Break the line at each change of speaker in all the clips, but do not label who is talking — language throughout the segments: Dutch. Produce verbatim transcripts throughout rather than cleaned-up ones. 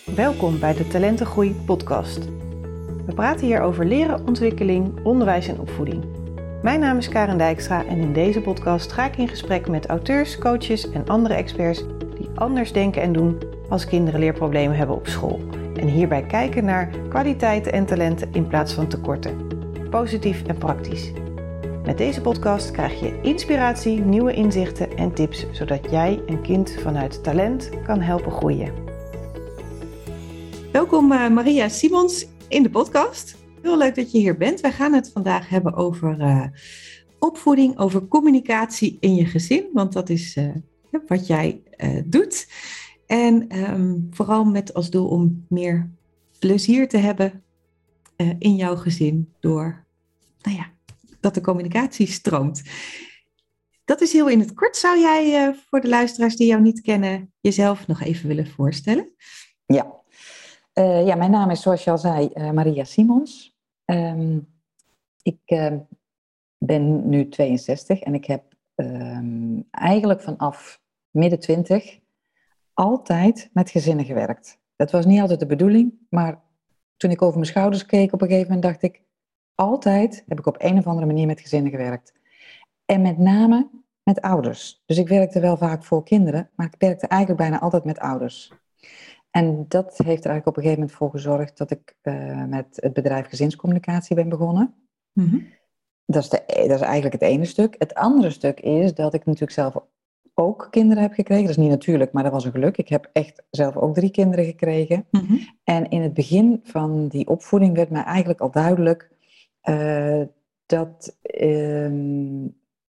Welkom bij de Talentengroei podcast. We praten hier over leren, ontwikkeling, onderwijs en opvoeding. Mijn naam is Karen Dijkstra en in deze podcast ga ik in gesprek met auteurs, coaches en andere experts die anders denken en doen als kinderen leerproblemen hebben op school. En hierbij kijken naar kwaliteiten en talenten in plaats van tekorten. Positief en praktisch. Met deze podcast krijg je inspiratie, nieuwe inzichten en tips, zodat jij een kind vanuit talent kan helpen groeien. Welkom uh, Maria Simons in de podcast. Heel leuk dat je hier bent. Wij gaan het vandaag hebben over uh, opvoeding, over communicatie in je gezin. Want dat is uh, wat jij uh, doet. En um, vooral met als doel om meer plezier te hebben uh, in jouw gezin door, nou ja, dat de communicatie stroomt. Dat is heel in het kort. Zou jij uh, voor de luisteraars die jou niet kennen jezelf nog even willen voorstellen?
Ja. Uh, ja, mijn naam is, zoals je al zei, uh, Maria Simons. Um, ik uh, ben nu tweeënzestig en ik heb um, eigenlijk vanaf midden twintig altijd met gezinnen gewerkt. Dat was niet altijd de bedoeling, maar toen ik over mijn schouders keek op een gegeven moment dacht ik, altijd heb ik op een of andere manier met gezinnen gewerkt. En met name met ouders. Dus ik werkte wel vaak voor kinderen, maar ik werkte eigenlijk bijna altijd met ouders. En dat heeft er eigenlijk op een gegeven moment voor gezorgd dat ik uh, met het bedrijf gezinscommunicatie ben begonnen. Mm-hmm. Dat is, de, dat is eigenlijk het ene stuk. Het andere stuk is dat ik natuurlijk zelf ook kinderen heb gekregen. Dat is niet natuurlijk, maar dat was een geluk. Ik heb echt zelf ook drie kinderen gekregen. Mm-hmm. En in het begin van die opvoeding werd mij eigenlijk al duidelijk uh, dat, uh,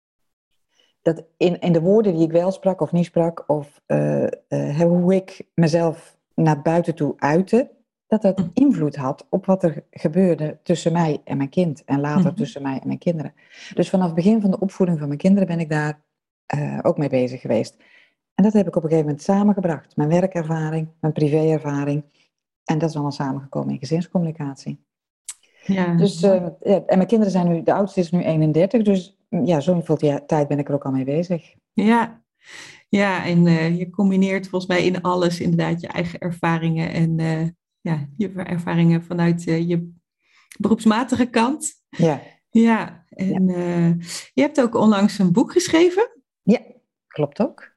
dat in, in de woorden die ik wel sprak of niet sprak, of uh, uh, hoe ik mezelf naar buiten toe uiten, dat dat invloed had op wat er gebeurde tussen mij en mijn kind. En later mm-hmm. tussen mij en mijn kinderen. Dus vanaf het begin van de opvoeding van mijn kinderen ben ik daar uh, ook mee bezig geweest. En dat heb ik op een gegeven moment samengebracht. Mijn werkervaring, mijn privéervaring. En dat is allemaal samengekomen in gezinscommunicatie. Ja. Dus, uh, ja, en mijn kinderen zijn nu, de oudste is nu eenendertig, dus ja, zoveel tijd ben ik er ook al mee bezig.
Ja. Ja, en uh, je combineert volgens mij in alles inderdaad je eigen ervaringen en uh, ja, je ervaringen vanuit uh, je beroepsmatige kant.
Ja.
Ja, en ja. Uh, je hebt ook onlangs een boek geschreven.
Ja, klopt ook.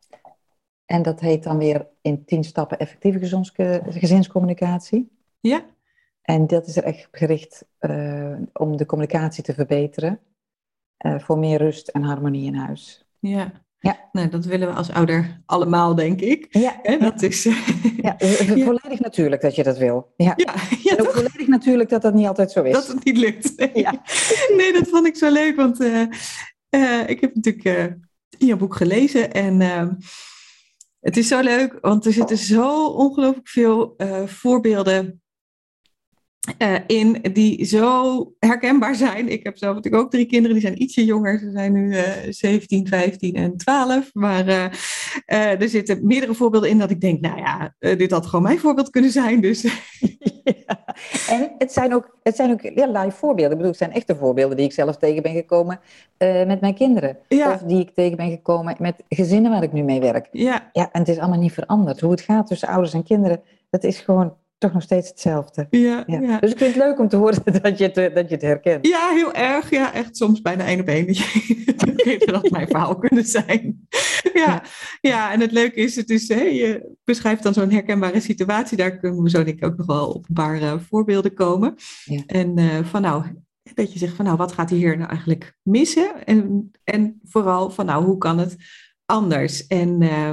En dat heet dan weer in tien stappen effectieve gezonske, gezinscommunicatie.
Ja.
En dat is er echt gericht uh, om de communicatie te verbeteren uh, voor meer rust en harmonie in huis.
Ja. Ja, nou, dat willen we als ouder allemaal, denk ik.
Ja,
He, dat
ja.
is...
ja, volledig ja. natuurlijk dat je dat wil. Ja,
ja, ja
en ook
toch?
volledig natuurlijk dat dat niet altijd zo is.
Dat het niet lukt. Nee,
ja.
nee dat vond ik zo leuk, want uh, uh, ik heb natuurlijk uh, je boek gelezen en uh, het is zo leuk, want er zitten zo ongelooflijk veel uh, voorbeelden Uh, in die zo herkenbaar zijn. Ik heb zelf natuurlijk ook drie kinderen, die zijn ietsje jonger. Ze zijn nu uh, zeventien, vijftien en twaalf. Maar uh, uh, er zitten meerdere voorbeelden in dat ik denk, nou ja, uh, dit had gewoon mijn voorbeeld kunnen zijn. Dus.
Ja. En het zijn ook, het zijn ook ja, live voorbeelden. Ik bedoel, het zijn echte voorbeelden die ik zelf tegen ben gekomen uh, met mijn kinderen. Ja. Of die ik tegen ben gekomen met gezinnen waar ik nu mee werk.
Ja.
Ja, en het is allemaal niet veranderd. Hoe het gaat tussen ouders en kinderen, dat is gewoon toch nog steeds hetzelfde.
Ja, ja.
Ja. Dus ik vind het leuk om te horen dat je het, dat je het herkent.
Ja, heel erg. Ja, echt soms bijna één op één. Dat had mijn verhaal kunnen zijn. Ja, ja. ja, en het leuke is, het is hè, je beschrijft dan zo'n herkenbare situatie. Daar kunnen we zo denk ik ook nog wel op een paar uh, voorbeelden komen. Ja. En uh, van nou, dat je zegt van nou, wat gaat hier nou eigenlijk missen? En, en vooral van nou, hoe kan het anders? En uh,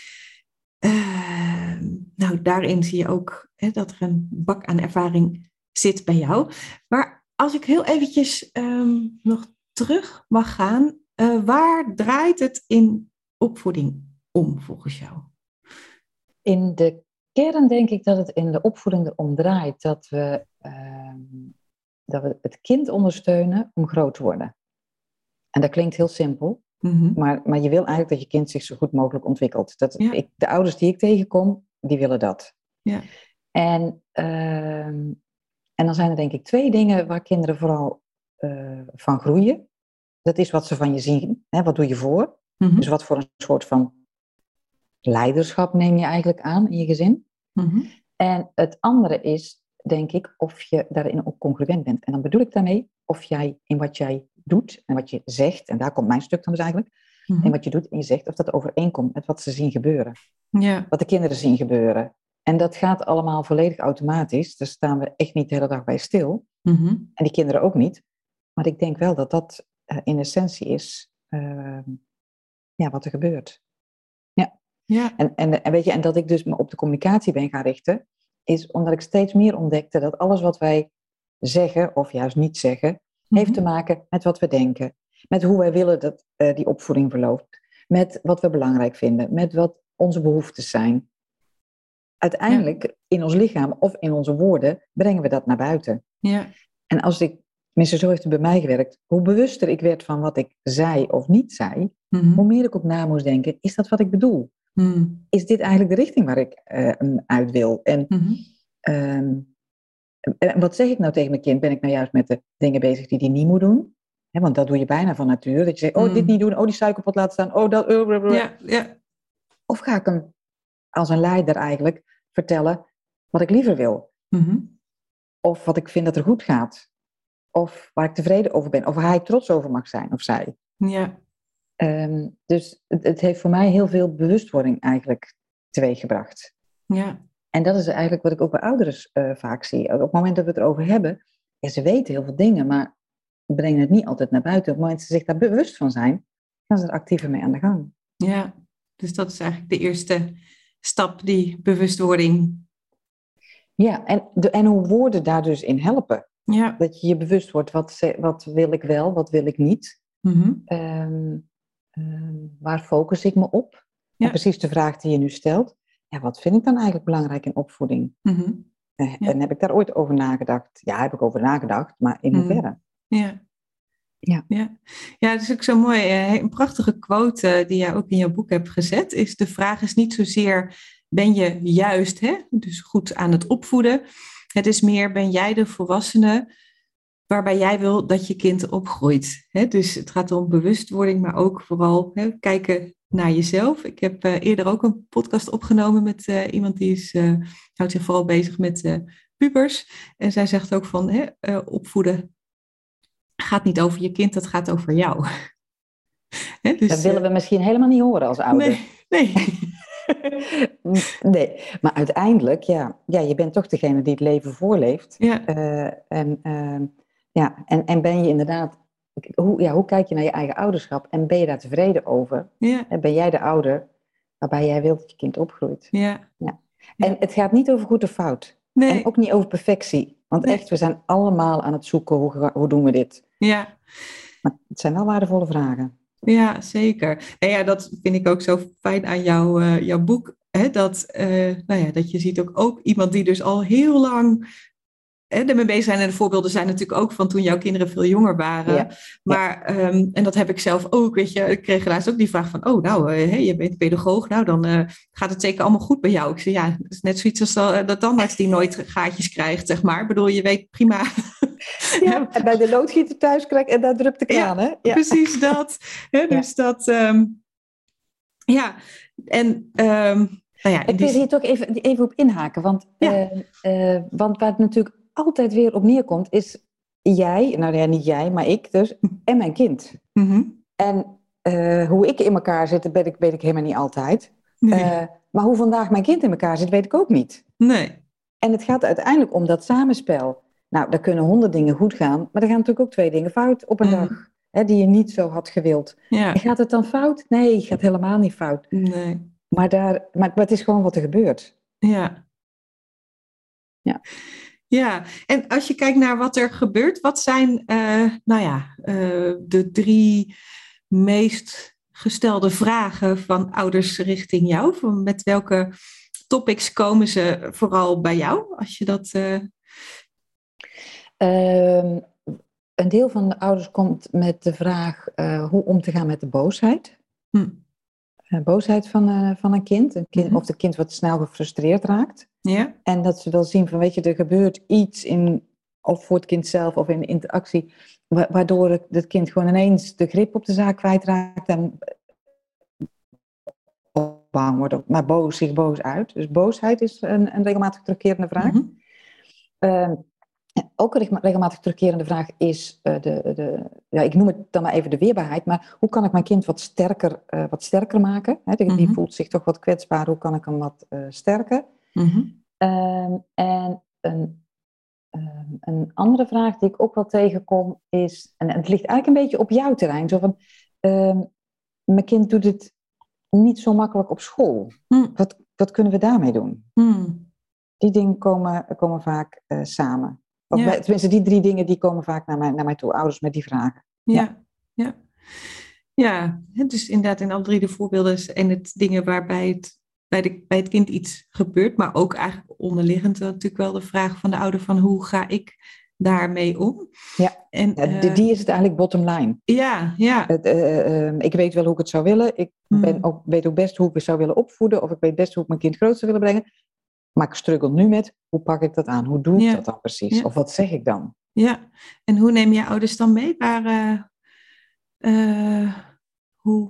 uh, nou, daarin zie je ook hè, dat er een bak aan ervaring zit bij jou. Maar als ik heel eventjes um, nog terug mag gaan, uh, waar draait het in opvoeding om volgens jou?
In de kern denk ik dat het in de opvoeding erom draait dat we, uh, dat we het kind ondersteunen om groot te worden. En dat klinkt heel simpel. Mm-hmm. Maar, maar je wil eigenlijk dat je kind zich zo goed mogelijk ontwikkelt. Dat, ja. ik, de ouders die ik tegenkom, die willen dat.
Ja.
En, uh, en dan zijn er denk ik twee dingen waar kinderen vooral uh, van groeien. Dat is wat ze van je zien. Hè? Wat doe je voor? Mm-hmm. Dus wat voor een soort van leiderschap neem je eigenlijk aan in je gezin?
Mm-hmm.
En het andere is, denk ik, of je daarin ook congruent bent. En dan bedoel ik daarmee of jij in wat jij doet en wat je zegt, en daar komt mijn stuk dan dus eigenlijk,
Mm-hmm.
en wat je doet en je zegt, of dat overeenkomt met wat ze zien gebeuren.
Ja.
Wat de kinderen zien gebeuren. En dat gaat allemaal volledig automatisch. Daar staan we echt niet de hele dag bij stil.
Mm-hmm.
En die kinderen ook niet. Maar ik denk wel dat dat uh, in essentie is uh, ja, wat er gebeurt. Ja.
Ja.
En, en, en, weet je, en dat ik dus me op de communicatie ben gaan richten, is omdat ik steeds meer ontdekte dat alles wat wij zeggen, of juist niet zeggen, mm-hmm. heeft te maken met wat we denken. Met hoe wij willen dat uh, die opvoeding verloopt. Met wat we belangrijk vinden. Met wat onze behoeftes zijn. Uiteindelijk, ja. in ons lichaam of in onze woorden, brengen we dat naar buiten.
Ja.
En als ik, tenminste zo heeft het bij mij gewerkt, hoe bewuster ik werd van wat ik zei of niet zei, mm-hmm. hoe meer ik ook na moest denken, is dat wat ik bedoel? Mm. Is dit eigenlijk de richting waar ik uh, uit wil? En, mm-hmm. um, en wat zeg ik nou tegen mijn kind? Ben ik nou juist met de dingen bezig die hij niet moet doen? He, want dat doe je bijna van nature. Dat je zegt, oh, mm. dit niet doen, oh, die suikerpot laten staan, oh, dat... Uh, uh, uh.
Ja, ja.
Of ga ik hem als een leider eigenlijk vertellen wat ik liever wil?
Mm-hmm.
Of wat ik vind dat er goed gaat. Of waar ik tevreden over ben. Of waar hij trots over mag zijn, of zij.
Ja.
Um, dus het, het heeft voor mij heel veel bewustwording eigenlijk teweeggebracht.
Ja.
En dat is eigenlijk wat ik ook bij ouderen uh, vaak zie. Op het moment dat we het erover hebben, ja, ze weten heel veel dingen, maar brengen het niet altijd naar buiten. Op het moment dat ze zich daar bewust van zijn, gaan ze er actiever mee aan de gang.
Ja, dus dat is eigenlijk de eerste stap, die bewustwording.
Ja, en, de, en hoe woorden daar dus in helpen.
Ja.
Dat je je bewust wordt, wat, wat wil ik wel, wat wil ik niet.
Mm-hmm.
Um, um, waar focus ik me op?
Ja.
En precies de vraag die je nu stelt. Ja, wat vind ik dan eigenlijk belangrijk in opvoeding?
Mm-hmm.
Uh,
ja.
En heb ik daar ooit over nagedacht? Ja, heb ik over nagedacht, maar in
mm-hmm.
hoeverre?
Ja.
Ja.
Ja. Ja, het is ook zo mooi. Een prachtige quote die jij ook in jouw boek hebt gezet is: de vraag is niet zozeer, ben je juist, hè? Dus goed aan het opvoeden. Het is meer, ben jij de volwassene waarbij jij wil dat je kind opgroeit. Hè? Dus het gaat om bewustwording, maar ook vooral hè, kijken naar jezelf. Ik heb uh, eerder ook een podcast opgenomen met uh, iemand die is, uh, houdt zich vooral bezig met uh, pubers. En zij zegt ook van hè, uh, opvoeden gaat niet over je kind, dat gaat over jou. Hè, dus,
dat willen we misschien helemaal niet horen als ouder.
Nee, nee.
nee, maar uiteindelijk, ja, ja, je bent toch degene die het leven voorleeft.
Ja.
Uh, en, uh, ja, en, en ben je inderdaad, hoe, ja, hoe kijk je naar je eigen ouderschap en ben je daar tevreden over?
Ja.
En ben jij de ouder waarbij jij wilt dat je kind opgroeit?
Ja.
Ja. En ja. Het gaat niet over goed of fout.
Nee.
En ook niet over perfectie. Want
nee.
echt, we zijn allemaal aan het zoeken, hoe, hoe doen we dit?
Ja.
Maar het zijn wel waardevolle vragen.
Ja, zeker. En ja, dat vind ik ook zo fijn aan jou, uh, jouw boek. Hè, dat, uh, nou ja, dat je ziet ook, ook iemand die dus al heel lang hè, ermee bezig zijn. En de voorbeelden zijn natuurlijk ook van toen jouw kinderen veel jonger waren. Ja. Maar, ja. um, en dat heb ik zelf ook, weet je. Ik kreeg laatst ook die vraag van, oh nou, uh, hey, je bent pedagoog. Nou, dan uh, gaat het zeker allemaal goed bij jou. Ik zei, ja, dat is net zoiets als uh, dat tandarts die nooit gaatjes krijgt, zeg maar. Ik bedoel, je weet prima...
Ja, en bij de loodgieter thuis krijg en daar drupt de kraan,
ja,
hè? Ja,
precies dat. He, dus ja. dat... Um, ja, en... Um, nou ja,
ik wil die... hier toch even, even op inhaken. Want,
ja.
uh, uh, want waar het natuurlijk altijd weer op neerkomt... is jij, nou ja, niet jij, maar ik dus... en mijn kind.
Mm-hmm.
En uh, hoe ik in elkaar zit, weet ik, weet ik helemaal niet altijd. Nee. Uh, maar hoe vandaag mijn kind in elkaar zit, weet ik ook niet.
Nee.
En het gaat uiteindelijk om dat samenspel... Nou, daar kunnen honderd dingen goed gaan, maar er gaan natuurlijk ook twee dingen fout op een mm. dag, hè, die je niet zo had gewild.
Ja.
En gaat het dan fout? Nee, het gaat helemaal niet fout.
Nee.
Maar, daar, maar, maar het is gewoon wat er gebeurt.
Ja.
Ja.
Ja, en als je kijkt naar wat er gebeurt, wat zijn, uh, nou ja, uh, de drie meest gestelde vragen van ouders richting jou? Van met welke topics komen ze vooral bij jou, als je dat... Uh...
Uh, een deel van de ouders komt met de vraag uh, hoe om te gaan met de boosheid.
Hm.
Uh, boosheid van, uh, van een kind. Een kind mm-hmm. Of de kind wat snel gefrustreerd raakt.
Ja.
En dat ze wil zien van, weet je, er gebeurt iets in, of voor het kind zelf of in de interactie, wa- waardoor het, het kind gewoon ineens de grip op de zaak kwijtraakt. En, bang wordt, of, maar boos, zich boos uit. Dus boosheid is een, een regelmatig terugkerende vraag.
Mm-hmm.
Uh, ook een regelmatig terugkerende vraag is, uh, de, de, ja, ik noem het dan maar even de weerbaarheid, maar hoe kan ik mijn kind wat sterker, uh, wat sterker maken? Hè, die,
Mm-hmm.
die voelt zich toch wat kwetsbaar, hoe kan ik hem wat uh, sterken?
Mm-hmm.
Uh, en een, uh, een andere vraag die ik ook wel tegenkom is, en het ligt eigenlijk een beetje op jouw terrein, zo van, uh, mijn kind doet het niet zo makkelijk op school.
Mm.
Wat, wat kunnen we daarmee doen?
Mm.
Die dingen komen, komen vaak uh, samen. Of
Ja.
bij, tenminste, die drie dingen die komen vaak naar mij, naar mij toe, ouders met die vragen.
Ja, ja. Ja, ja, dus inderdaad in alle drie de voorbeelden zijn het dingen waarbij het bij, de, bij het kind iets gebeurt, maar ook eigenlijk onderliggend natuurlijk wel de vraag van de ouder van hoe ga ik daarmee om?
Ja,
en,
ja die, die is het eigenlijk bottom line.
Ja, ja.
Het, uh, uh, ik weet wel hoe ik het zou willen. Ik ben
mm.
ook, weet ook best hoe ik het zou willen opvoeden, of ik weet best hoe ik mijn kind groot zou willen brengen. Maar ik struggle nu met, hoe pak ik dat aan? Hoe doe ik
ja.
dat dan precies?
Ja.
Of wat zeg ik dan?
Ja, en hoe neem je ouders dan mee? Waar, uh, uh, hoe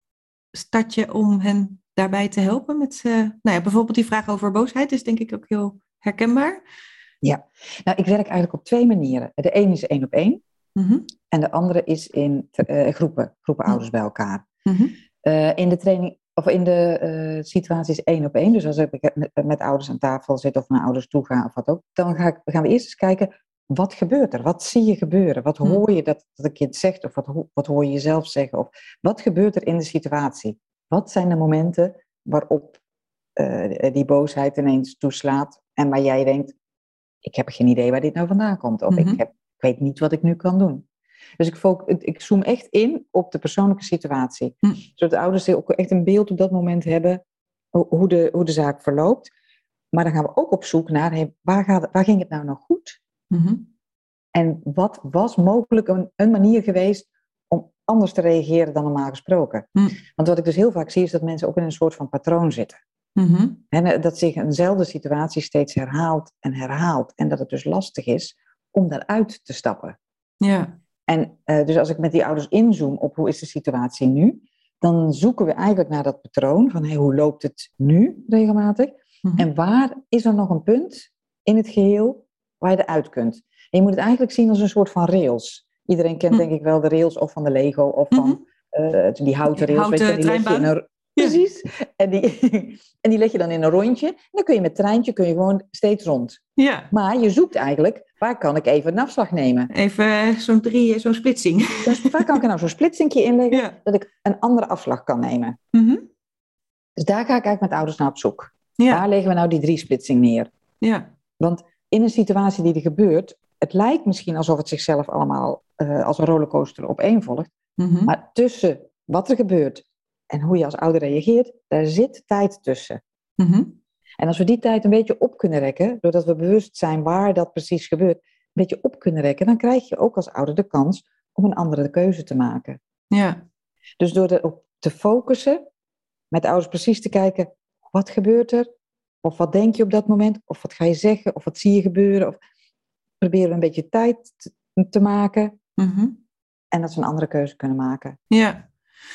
start je om hen daarbij te helpen? Met, uh, nou ja, bijvoorbeeld die vraag over boosheid is denk ik ook heel herkenbaar.
Ja, nou ik werk eigenlijk op twee manieren. De ene is één op één.
Mm-hmm.
En de andere is in uh, groepen, groepen ouders bij elkaar.
Mm-hmm.
Uh, in de training, of in de uh, situaties één op één, dus als ik met, met ouders aan tafel zit of naar ouders toe ga of wat ook, dan ga ik, gaan we eerst eens kijken, wat gebeurt er? Wat zie je gebeuren? Wat hoor je dat, dat een kind zegt? Of wat, wat hoor je jezelf zeggen? Of wat gebeurt er in de situatie? Wat zijn de momenten waarop uh, die boosheid ineens toeslaat en waar jij denkt, ik heb geen idee waar dit nou vandaan komt. Of
Mm-hmm.
ik, heb, ik weet niet wat ik nu kan doen. Dus ik, ik zoom echt in op de persoonlijke situatie.
Mm.
Zodat de ouders ook echt een beeld op dat moment hebben hoe de, hoe de zaak verloopt. Maar dan gaan we ook op zoek naar, hey, waar, gaat, waar ging het nou nog goed?
Mm-hmm.
En wat was mogelijk een, een manier geweest om anders te reageren dan normaal gesproken?
Mm.
Want wat ik dus heel vaak zie is dat mensen ook in een soort van patroon zitten.
Mm-hmm.
En dat zich eenzelfde situatie steeds herhaalt en herhaalt. En dat het dus lastig is om daaruit te stappen.
Ja.
En uh, dus als ik met die ouders inzoom op hoe is de situatie nu, dan zoeken we eigenlijk naar dat patroon van hey, hoe loopt het nu regelmatig? Mm-hmm. En waar is er nog een punt in het geheel waar je eruit kunt? En je moet het eigenlijk zien als een soort van rails. Iedereen kent mm-hmm. denk ik wel de rails of van de Lego of van uh, die houten rails.
Houten
weet je, die
treinbaan.
Leg je in een... Precies. En die, en die leg je dan in een rondje. En dan kun je met het treintje kun je gewoon steeds rond.
Ja.
Maar je zoekt eigenlijk, waar kan ik even een afslag nemen?
Even zo'n drie, zo'n splitsing.
Dus waar kan ik nou zo'n splitsingje inleggen,
ja.
dat ik een andere afslag kan nemen?
Mm-hmm.
Dus daar ga ik eigenlijk met ouders naar op zoek.
Ja.
Waar leggen we nou die drie splitsing neer?
Ja.
Want in een situatie die er gebeurt, het lijkt misschien alsof het zichzelf allemaal uh, als een rollercoaster opeenvolgt.
Mm-hmm.
Maar tussen wat er gebeurt en hoe je als ouder reageert, daar zit tijd tussen.
Mm-hmm.
En als we die tijd een beetje op kunnen rekken, doordat we bewust zijn waar dat precies gebeurt, een beetje op kunnen rekken, dan krijg je ook als ouder de kans om een andere keuze te maken.
Ja.
Dus door erop te focussen, met ouders precies te kijken, wat gebeurt er? Of wat denk je op dat moment? Of wat ga je zeggen? Of wat zie je gebeuren? Of proberen we een beetje tijd te, te maken.
Mm-hmm.
En dat ze een andere keuze kunnen maken.
Ja.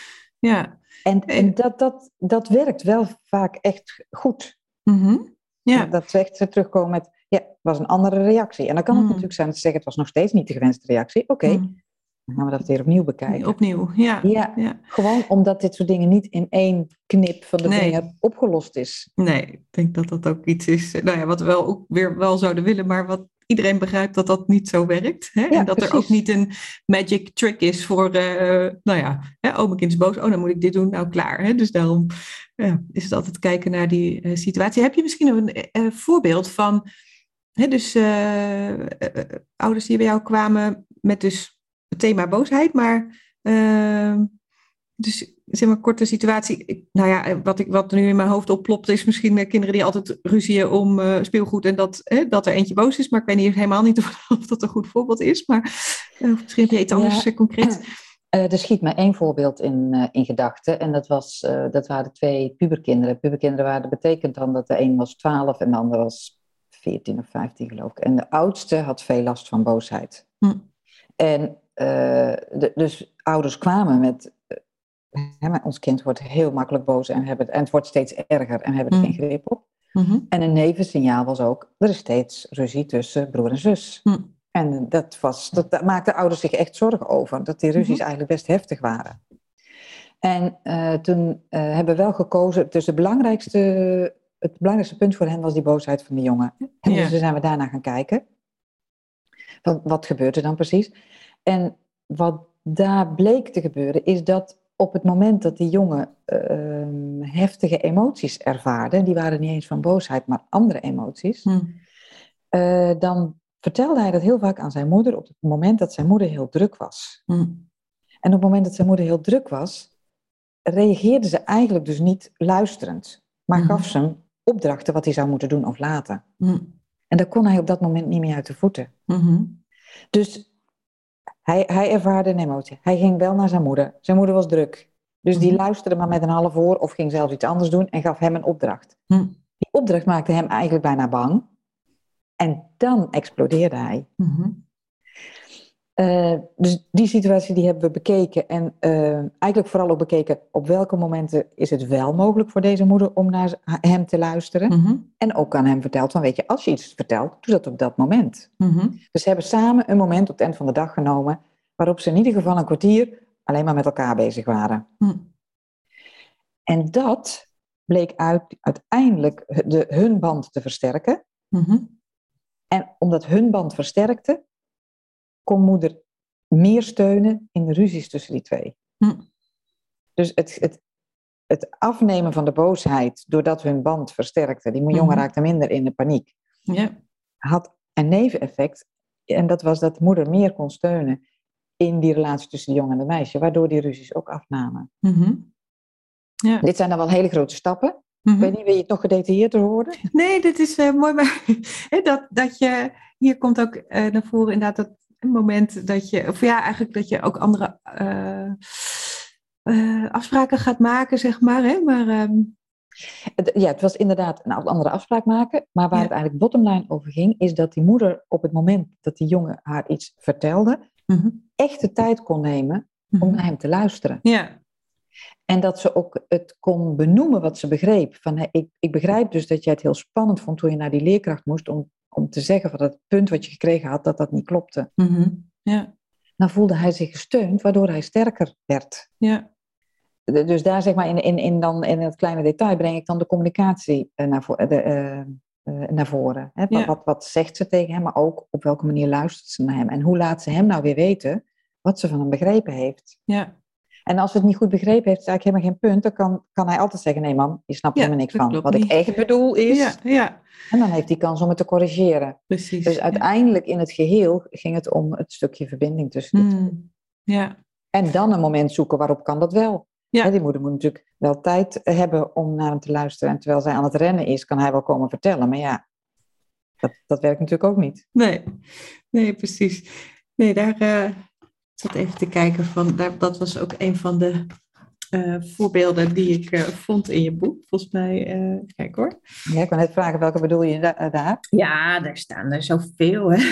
Ja.
En, en dat, dat, dat werkt wel vaak echt goed.
Mm-hmm. Ja.
Dat ze echt terugkomen met, ja, het was een andere reactie. En dan kan het mm. natuurlijk zijn dat ze zeggen, het was nog steeds niet de gewenste reactie. Oké, okay, mm. dan gaan we dat weer opnieuw bekijken.
Opnieuw, ja.
ja. Ja, gewoon omdat dit soort dingen niet in één knip van de
nee.
vinger opgelost is.
Nee, ik denk dat dat ook iets is, nou ja, wat we wel ook weer wel zouden willen, maar wat iedereen begrijpt dat dat niet zo werkt. Hè? Ja, en dat precies. Er ook niet een magic trick is voor, uh, nou ja, hè, oh, mijn kind is boos, oh, dan moet ik dit doen, nou klaar. Hè? Dus daarom uh, is het altijd kijken naar die uh, situatie. Heb je misschien een uh, voorbeeld van, hè, dus uh, uh, ouders die bij jou kwamen met dus het thema boosheid, maar uh, dus zeg maar korte situatie. Nou ja, wat, ik, wat nu in mijn hoofd opplopt is misschien uh, kinderen die altijd ruzieën om uh, speelgoed en dat, eh, dat er eentje boos is. Maar ik weet niet helemaal niet of, of dat een goed voorbeeld is. Maar uh, misschien heb je iets anders ja. uh, concreet.
Uh, er schiet me één voorbeeld in, uh, in gedachten. En dat, was, uh, dat waren twee puberkinderen. Puberkinderen waren, dat betekent dan dat de een was twaalf en de ander was veertien of vijftien geloof ik. En de oudste had veel last van boosheid. Hm. En uh, de, dus ouders kwamen met... hè, maar ons kind wordt heel makkelijk boos en, hebben, en het wordt steeds erger en we hebben er
Mm.
geen grip op.
Mm-hmm.
En een nevensignaal was ook, er is steeds ruzie tussen broer en zus.
Mm.
En dat, was, dat, dat maakten ouders zich echt zorgen over, dat die ruzies
Mm-hmm. eigenlijk
best heftig waren. En uh, toen uh, hebben we wel gekozen, dus de belangrijkste, het belangrijkste punt voor hen was die boosheid van de jongen. En
Ja.
dus toen zijn we daarna gaan kijken. Wat, wat gebeurt er dan precies? En wat daar bleek te gebeuren, is dat op het moment dat die jongen uh, heftige emoties ervaarde, die waren niet eens van boosheid, maar andere emoties,
Mm.
uh, dan vertelde hij dat heel vaak aan zijn moeder op het moment dat zijn moeder heel druk was.
Mm.
En op het moment dat zijn moeder heel druk was, reageerde ze eigenlijk dus niet luisterend, maar
Mm-hmm.
gaf ze hem opdrachten wat hij zou moeten doen of laten.
Mm.
En daar kon hij op dat moment niet meer uit de voeten.
Mm-hmm.
Dus hij, hij ervaarde een emotie. Hij ging wel naar zijn moeder. Zijn moeder was druk. Dus die
Mm-hmm.
luisterde maar met een half oor of ging zelfs iets anders doen en gaf hem een opdracht.
Mm.
Die opdracht maakte hem eigenlijk bijna bang. En dan explodeerde hij.
Mm-hmm.
Uh, dus die situatie die hebben we bekeken en uh, eigenlijk vooral ook bekeken op welke momenten is het wel mogelijk voor deze moeder om naar hem te luisteren.
Mm-hmm.
En ook aan hem verteld van weet je, als je iets vertelt, doe dat op dat moment.
Mm-hmm.
Dus ze hebben samen een moment op het eind van de dag genomen waarop ze in ieder geval een kwartier alleen maar met elkaar bezig waren.
Mm.
En dat bleek uit, uiteindelijk de, hun band te versterken.
Mm-hmm.
En omdat hun band versterkte, kon moeder meer steunen in de ruzies tussen die twee.
Mm.
Dus het, het, het afnemen van de boosheid, doordat hun band versterkte, die jongen
Mm-hmm.
raakte minder in de paniek,
Yeah.
had een neveneffect. En dat was dat moeder meer kon steunen in die relatie tussen de jongen en het meisje, waardoor die ruzies ook afnamen.
Mm-hmm. Yeah.
Dit zijn dan wel hele grote stappen.
Mm-hmm.
Ik weet niet, wil je het nog gedetailleerder horen?
Nee, dit is uh, mooi. Maar dat, dat je, hier komt ook uh, naar voren inderdaad dat moment dat je, of ja, eigenlijk dat je ook andere uh, uh, afspraken gaat maken, zeg maar. Hè? Maar um...
Ja, het was inderdaad een andere afspraak maken. Maar waar
ja.
het eigenlijk bottomline over ging, is dat die moeder op het moment dat die jongen haar iets vertelde,
mm-hmm.
echt de tijd kon nemen
mm-hmm.
om naar hem te luisteren.
Ja.
En dat ze ook het kon benoemen wat ze begreep. Van, hey, ik, ik begrijp dus dat jij het heel spannend vond toen je naar die leerkracht moest om, om te zeggen van dat punt wat je gekregen had, dat dat niet klopte.
Mm-hmm. Ja.
Dan voelde hij zich gesteund, waardoor hij sterker werd.
Ja.
De, dus daar zeg maar in, in, in, dan, in het kleine detail breng ik dan de communicatie uh, naar, vo- de, uh, uh, naar voren. Hè? Wat,
Ja.
wat, wat zegt ze tegen hem, maar ook op welke manier luistert ze naar hem. En hoe laat ze hem nou weer weten wat ze van hem begrepen heeft.
Ja.
En als ze het niet goed begrepen heeft, is eigenlijk helemaal geen punt. Dan kan, kan hij altijd zeggen, nee mam, je snapt er
Ja,
helemaal niks
dat
van.
klopt
Wat
niet.
ik echt bedoel is...
Ja, ja.
En dan heeft hij kans om het te corrigeren.
Precies.
Dus uiteindelijk in het geheel ging het om het stukje verbinding tussen de twee.
Mm. Ja.
En dan een moment zoeken waarop kan dat wel.
Ja.
He, die moeder moet natuurlijk wel tijd hebben om naar hem te luisteren. En terwijl zij aan het rennen is, kan hij wel komen vertellen. Maar ja, dat, dat werkt natuurlijk ook niet.
Nee, nee, precies. Nee, daar uh, zat even te kijken van, daar, dat was ook een van de uh, voorbeelden die ik uh, vond in je boek. Volgens mij, uh, kijk hoor.
Ja, ik kan net vragen, welke bedoel je da- daar?
Ja, daar staan er zoveel, hè.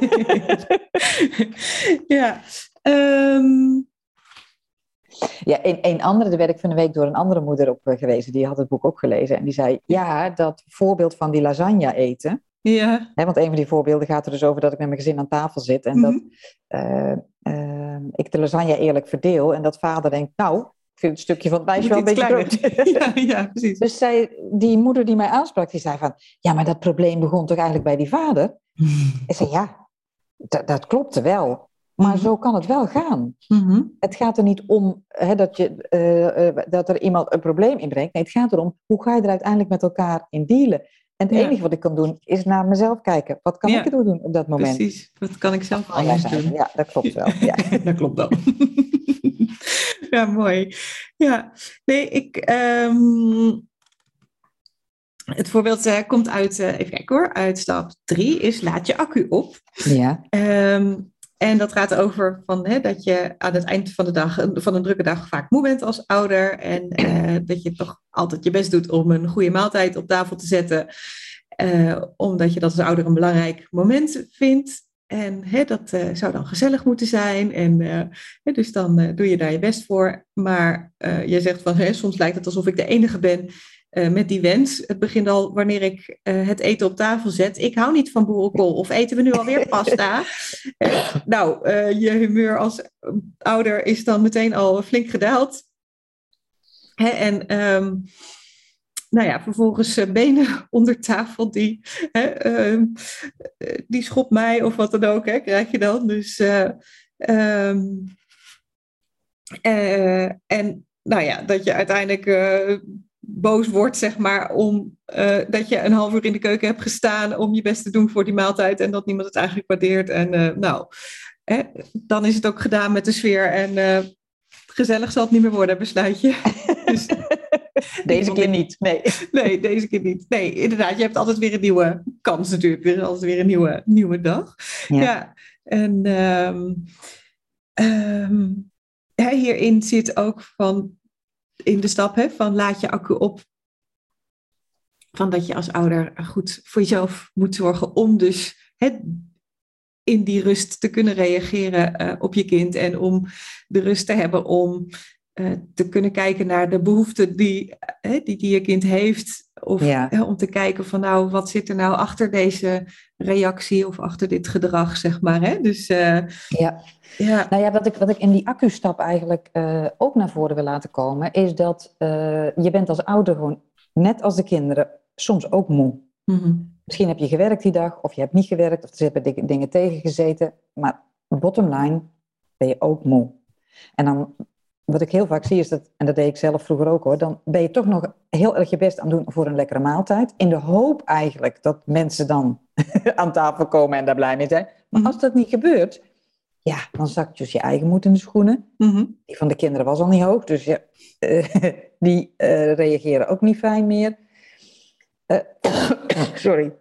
ja. Um...
Ja, een, een andere, daar werd ik van de week door een andere moeder op gewezen. Die had het boek ook gelezen. En die zei, ja, dat voorbeeld van die lasagne eten.
Ja.
Hè, want een van die voorbeelden gaat er dus over dat ik met mijn gezin aan tafel zit. En
mm-hmm.
dat uh, uh, ik de lasagne eerlijk verdeel. En dat vader denkt, nou, ik vind het stukje van het meisje wel een beetje groot.
ja, ja, precies.
Dus zij, die moeder die mij aansprak, die zei van, ja, maar dat probleem begon toch eigenlijk bij die vader?
Mm.
Ik zei, ja, d- dat klopte wel. Maar mm-hmm. zo kan het wel gaan.
Mm-hmm.
Het gaat er niet om hè, dat, je, uh, uh, dat er iemand een probleem inbrengt. Nee, het gaat erom, hoe ga je er uiteindelijk met elkaar in dealen? En het ja. enige wat ik kan doen, is naar mezelf kijken. Wat kan ja. ik er doen op dat moment?
Precies, wat kan ik zelf
oh,
anders
ja,
doen?
Ja, dat klopt wel. Ja.
dat klopt wel. ja, mooi. Ja, nee, ik... Um... Het voorbeeld uh, komt uit, uh, even kijken hoor, uit stap drie, is laat je accu op.
Ja.
Um, en dat gaat over van, hè, dat je aan het eind van de dag, van een drukke dag, vaak moe bent als ouder. En uh, dat je toch altijd je best doet om een goede maaltijd op tafel te zetten. Uh, omdat je dat als ouder een belangrijk moment vindt. En hè, dat uh, zou dan gezellig moeten zijn. En uh, hè, dus dan uh, doe je daar je best voor. Maar uh, je zegt van, hè, soms lijkt het alsof ik de enige ben uh, met die wens. Het begint al wanneer ik uh, het eten op tafel zet. Ik hou niet van boerenkool. Of eten we nu alweer pasta? uh, nou, uh, je humeur als ouder is dan meteen al flink gedaald. Hè, en... Um, Nou ja, vervolgens uh, benen onder tafel, die, hè, uh, die schopt mij of wat dan ook, hè, krijg je dan. Dus, uh, um, uh, en nou ja, dat je uiteindelijk uh, boos wordt, zeg maar, om uh, dat je een half uur in de keuken hebt gestaan om je best te doen voor die maaltijd en dat niemand het eigenlijk waardeert. En uh, nou, hè, dan is het ook gedaan met de sfeer en uh, gezellig zal het niet meer worden, besluit je. Dus,
Deze keer niet, nee.
Nee, deze keer niet. Nee, inderdaad, je hebt altijd weer een nieuwe kans natuurlijk. Er is altijd weer een nieuwe, nieuwe dag. Ja, ja. En um, um, ja, hierin zit ook van, in de stap hè, van laat je accu op. Van dat je als ouder goed voor jezelf moet zorgen om dus hè, in die rust te kunnen reageren uh, op je kind. En om de rust te hebben om... Uh, te kunnen kijken naar de behoeften die, uh, die, die je kind heeft. Of
ja.
uh, om te kijken van nou, wat zit er nou achter deze reactie of achter dit gedrag, zeg maar. Hè? Dus, uh,
ja.
ja.
Nou ja, wat ik, wat ik in die accu-stap eigenlijk uh, ook naar voren wil laten komen, is dat uh, je bent als ouder gewoon, net als de kinderen, soms ook moe.
Mm-hmm.
Misschien heb je gewerkt die dag, of je hebt niet gewerkt, of er hebben dingen tegengezeten. Maar bottom line ben je ook moe. En dan... Wat ik heel vaak zie is dat, en dat deed ik zelf vroeger ook hoor, dan ben je toch nog heel erg je best aan het doen voor een lekkere maaltijd. In de hoop eigenlijk dat mensen dan aan tafel komen en daar blij mee zijn. Maar mm-hmm. als dat niet gebeurt, ja, dan zakt dus je eigen moed in de schoenen.
Mm-hmm.
Die van de kinderen was al niet hoog, dus ja, uh, die uh, reageren ook niet fijn meer. Uh, sorry.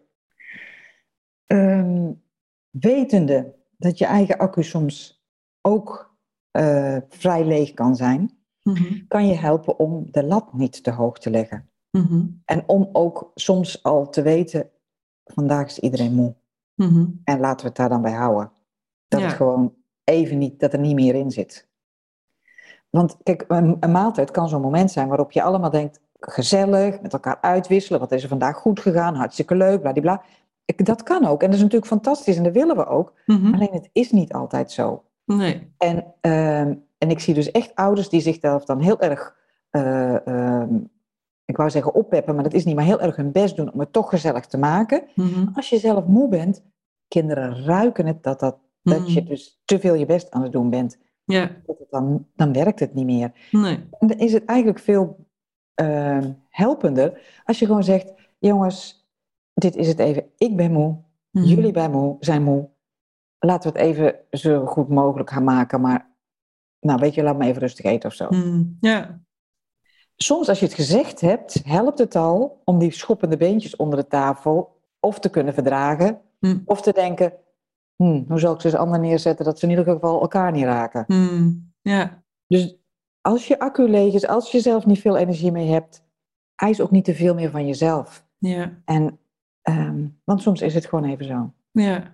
Um, wetende dat je eigen accu soms ook... Uh, vrij leeg kan zijn,
mm-hmm.
kan je helpen om de lat niet te hoog te leggen.
Mm-hmm.
En om ook soms al te weten, vandaag is iedereen moe.
Mm-hmm.
En laten we het daar dan bij houden. Dat
ja.
het gewoon even niet, dat er niet meer in zit. Want kijk, een, een maaltijd kan zo'n moment zijn waarop je allemaal denkt, gezellig, met elkaar uitwisselen, wat is er vandaag goed gegaan, hartstikke leuk, bladibla. Dat kan ook en dat is natuurlijk fantastisch en dat willen we ook.
Mm-hmm.
Alleen het is niet altijd zo.
Nee.
En, uh, en ik zie dus echt ouders die zichzelf dan heel erg, uh, uh, ik wou zeggen oppeppen, maar dat is niet, maar heel erg hun best doen om het toch gezellig te maken.
Mm-hmm.
Als je zelf moe bent, kinderen ruiken het dat, dat,
mm-hmm.
dat je dus te veel je best aan het doen bent.
Ja.
Dat het dan, dan werkt het niet meer.
Nee.
En dan is het eigenlijk veel uh, helpender als je gewoon zegt, jongens, dit is het even, ik ben moe, mm-hmm. jullie ben moe, zijn moe. Laten we het even zo goed mogelijk gaan maken, maar nou weet je, laat me even rustig eten of zo.
Mm, ja.
Soms als je het gezegd hebt, helpt het al om die schoppende beentjes onder de tafel of te kunnen verdragen,
mm.
of te denken, hm, hoe zal ik ze eens ander neerzetten dat ze in ieder geval elkaar niet raken.
Mm, ja.
Dus als je accu leeg is, als je zelf niet veel energie meer hebt, eis ook niet te veel meer van jezelf.
Ja.
En, um, want soms is het gewoon even zo.
Ja.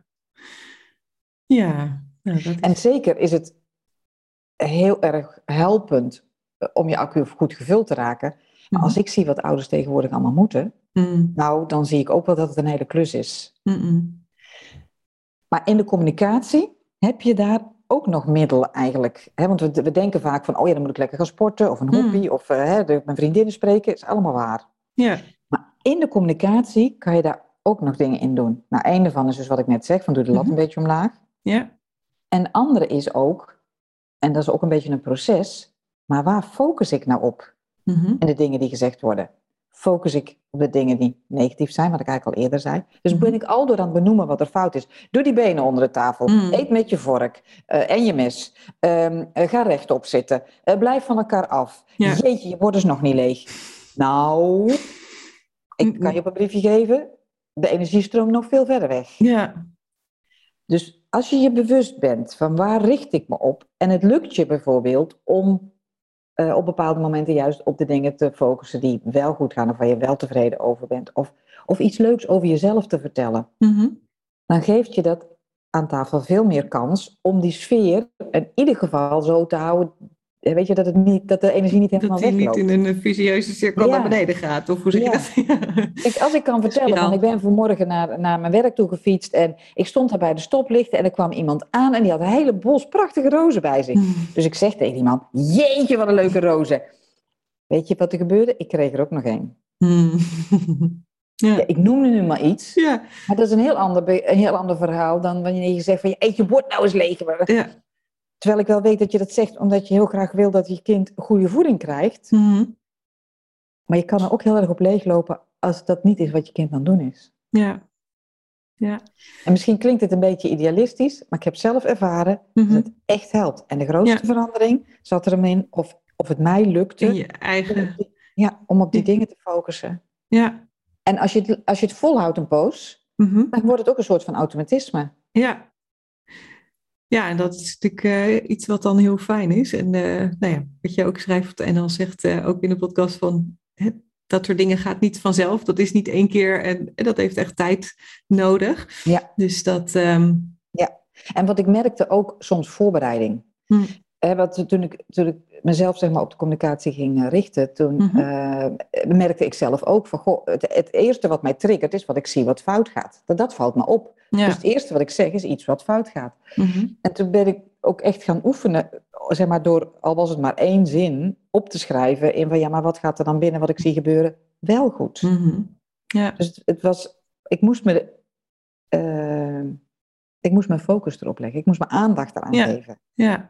Ja. Ja, dat is...
En zeker is het heel erg helpend om je accu goed gevuld te raken. Maar mm-hmm. als ik zie wat ouders tegenwoordig allemaal moeten,
mm.
nou, dan zie ik ook wel dat het een hele klus is.
Mm-mm.
Maar in de communicatie heb je daar ook nog middelen eigenlijk. Hè? Want we, we denken vaak van, oh ja, dan moet ik lekker gaan sporten, of een hobby, mm. of uh, hè, met mijn vriendinnen spreken, is allemaal waar.
Ja.
Maar in de communicatie kan je daar ook nog dingen in doen. Nou, één daarvan is dus wat ik net zeg, van doe de lat mm-hmm. een beetje omlaag.
Ja.
En andere is ook, en dat is ook een beetje een proces, maar waar focus ik nou op?
Mm-hmm.
En de dingen die gezegd worden. Focus ik op de dingen die negatief zijn, wat ik eigenlijk al eerder zei. Dus mm-hmm. ben ik al door aan het benoemen wat er fout is. Doe die benen onder de tafel. Mm. Eet met je vork uh, en je mes. Um, uh, ga rechtop zitten. Uh, blijf van elkaar af. Ja. Jeetje, je bord is nog niet leeg. Nou, ik mm-hmm. kan je op een briefje geven. De energie stroomt nog veel verder weg.
Ja.
Dus als je je bewust bent van waar richt ik me op. En het lukt je bijvoorbeeld om uh, op bepaalde momenten juist op de dingen te focussen die wel goed gaan. Of waar je wel tevreden over bent. Of, of iets leuks over jezelf te vertellen.
Mm-hmm.
Dan geeft je dat aan tafel veel meer kans om die sfeer in ieder geval zo te houden. Weet je, dat, het niet, dat de energie niet helemaal
Dat hij
wegloopt.
niet in een visieuze cirkel
Ja.
naar beneden gaat. Of hoe zeg je
Ja.
dat?
Kijk, als ik kan vertellen van ik ben vanmorgen naar, naar mijn werk toe gefietst en ik stond daar bij de stoplichten en er kwam iemand aan en die had een hele bos prachtige rozen bij zich.
Hmm.
Dus ik zeg tegen die man, jeetje wat een leuke rozen. Weet je wat er gebeurde? Ik kreeg er ook nog één.
Hmm. Ja.
Ja, ik noemde nu maar iets,
Ja.
maar dat is een heel ander, een heel ander verhaal dan wanneer je zegt van eet je bord nou eens leeg.
Ja.
Terwijl ik wel weet dat je dat zegt omdat je heel graag wil dat je kind goede voeding krijgt.
Hmm.
Maar je kan er ook heel erg op leeglopen als dat niet is wat je kind aan het doen is.
Ja. Ja.
En misschien klinkt het een beetje idealistisch, maar ik heb zelf ervaren
Mm-hmm.
dat het echt helpt. En de grootste
Ja.
verandering zat er in of, of het mij lukte
In je eigen...
om op die, ja, om op die
Ja.
dingen te focussen.
Ja.
En als je het, als je het volhoudt een poos,
Mm-hmm.
dan wordt het ook een soort van automatisme.
Ja. Ja, en dat is natuurlijk uh, iets wat dan heel fijn is. En uh, nou ja, wat je ook schrijft en dan zegt uh, ook in de podcast van... Hè, dat soort dingen gaat niet vanzelf. Dat is niet één keer en, en dat heeft echt tijd nodig.
Ja.
Dus dat... Um...
Ja, en wat ik merkte ook soms voorbereiding.
Hm.
He, wat, toen, ik, toen ik mezelf zeg maar, op de communicatie ging uh, richten, toen
Mm-hmm.
uh, merkte ik zelf ook van, goh, het, het eerste wat mij triggert is wat ik zie wat fout gaat. Dat, dat valt me op.
Ja.
Dus het eerste wat ik zeg is iets wat fout gaat.
Mm-hmm.
En toen ben ik ook echt gaan oefenen, zeg maar, door, al was het maar één zin, op te schrijven in van, ja, maar wat gaat er dan binnen wat ik zie gebeuren wel goed.
Mm-hmm. Ja.
Dus het, het was, ik moest me, uh, ik moest mijn focus erop leggen. Ik moest mijn aandacht eraan
ja.
geven.
Ja.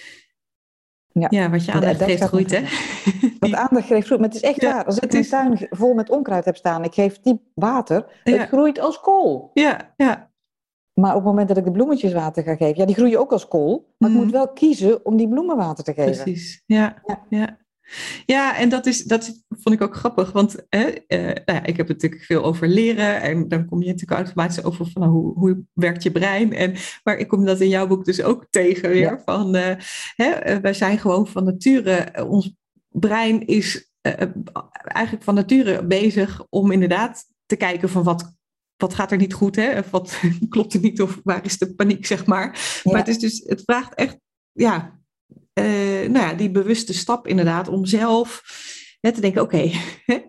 Ja. Ja, wat je aandacht
dat
geeft groeit, hè?
Wat aandacht geeft groeit, maar het is echt
ja,
waar. Als ik
is...
mijn tuin vol met onkruid heb staan, ik geef die water,
ja.
het groeit als kool.
Ja, ja.
Maar op het moment dat ik de bloemetjes water ga geven, ja, die groeien ook als kool, maar mm. ik moet wel kiezen om die bloemen water te geven.
Precies, ja. ja. ja. Ja, en dat, is, dat vond ik ook grappig, want hè, uh, nou ja, ik heb het natuurlijk veel over leren en dan kom je natuurlijk automatisch over van nou, hoe, hoe werkt je brein. En, maar ik kom dat in jouw boek dus ook tegen weer, ja. van uh, hè, wij zijn gewoon van nature, uh, ons brein is uh, eigenlijk van nature bezig om inderdaad te kijken van wat, wat gaat er niet goed, hè? Of wat klopt er niet of waar is de paniek, zeg maar. Ja. Maar het is dus, het vraagt echt, ja... Uh, nou ja, die bewuste stap inderdaad om zelf hè, te denken, oké, okay,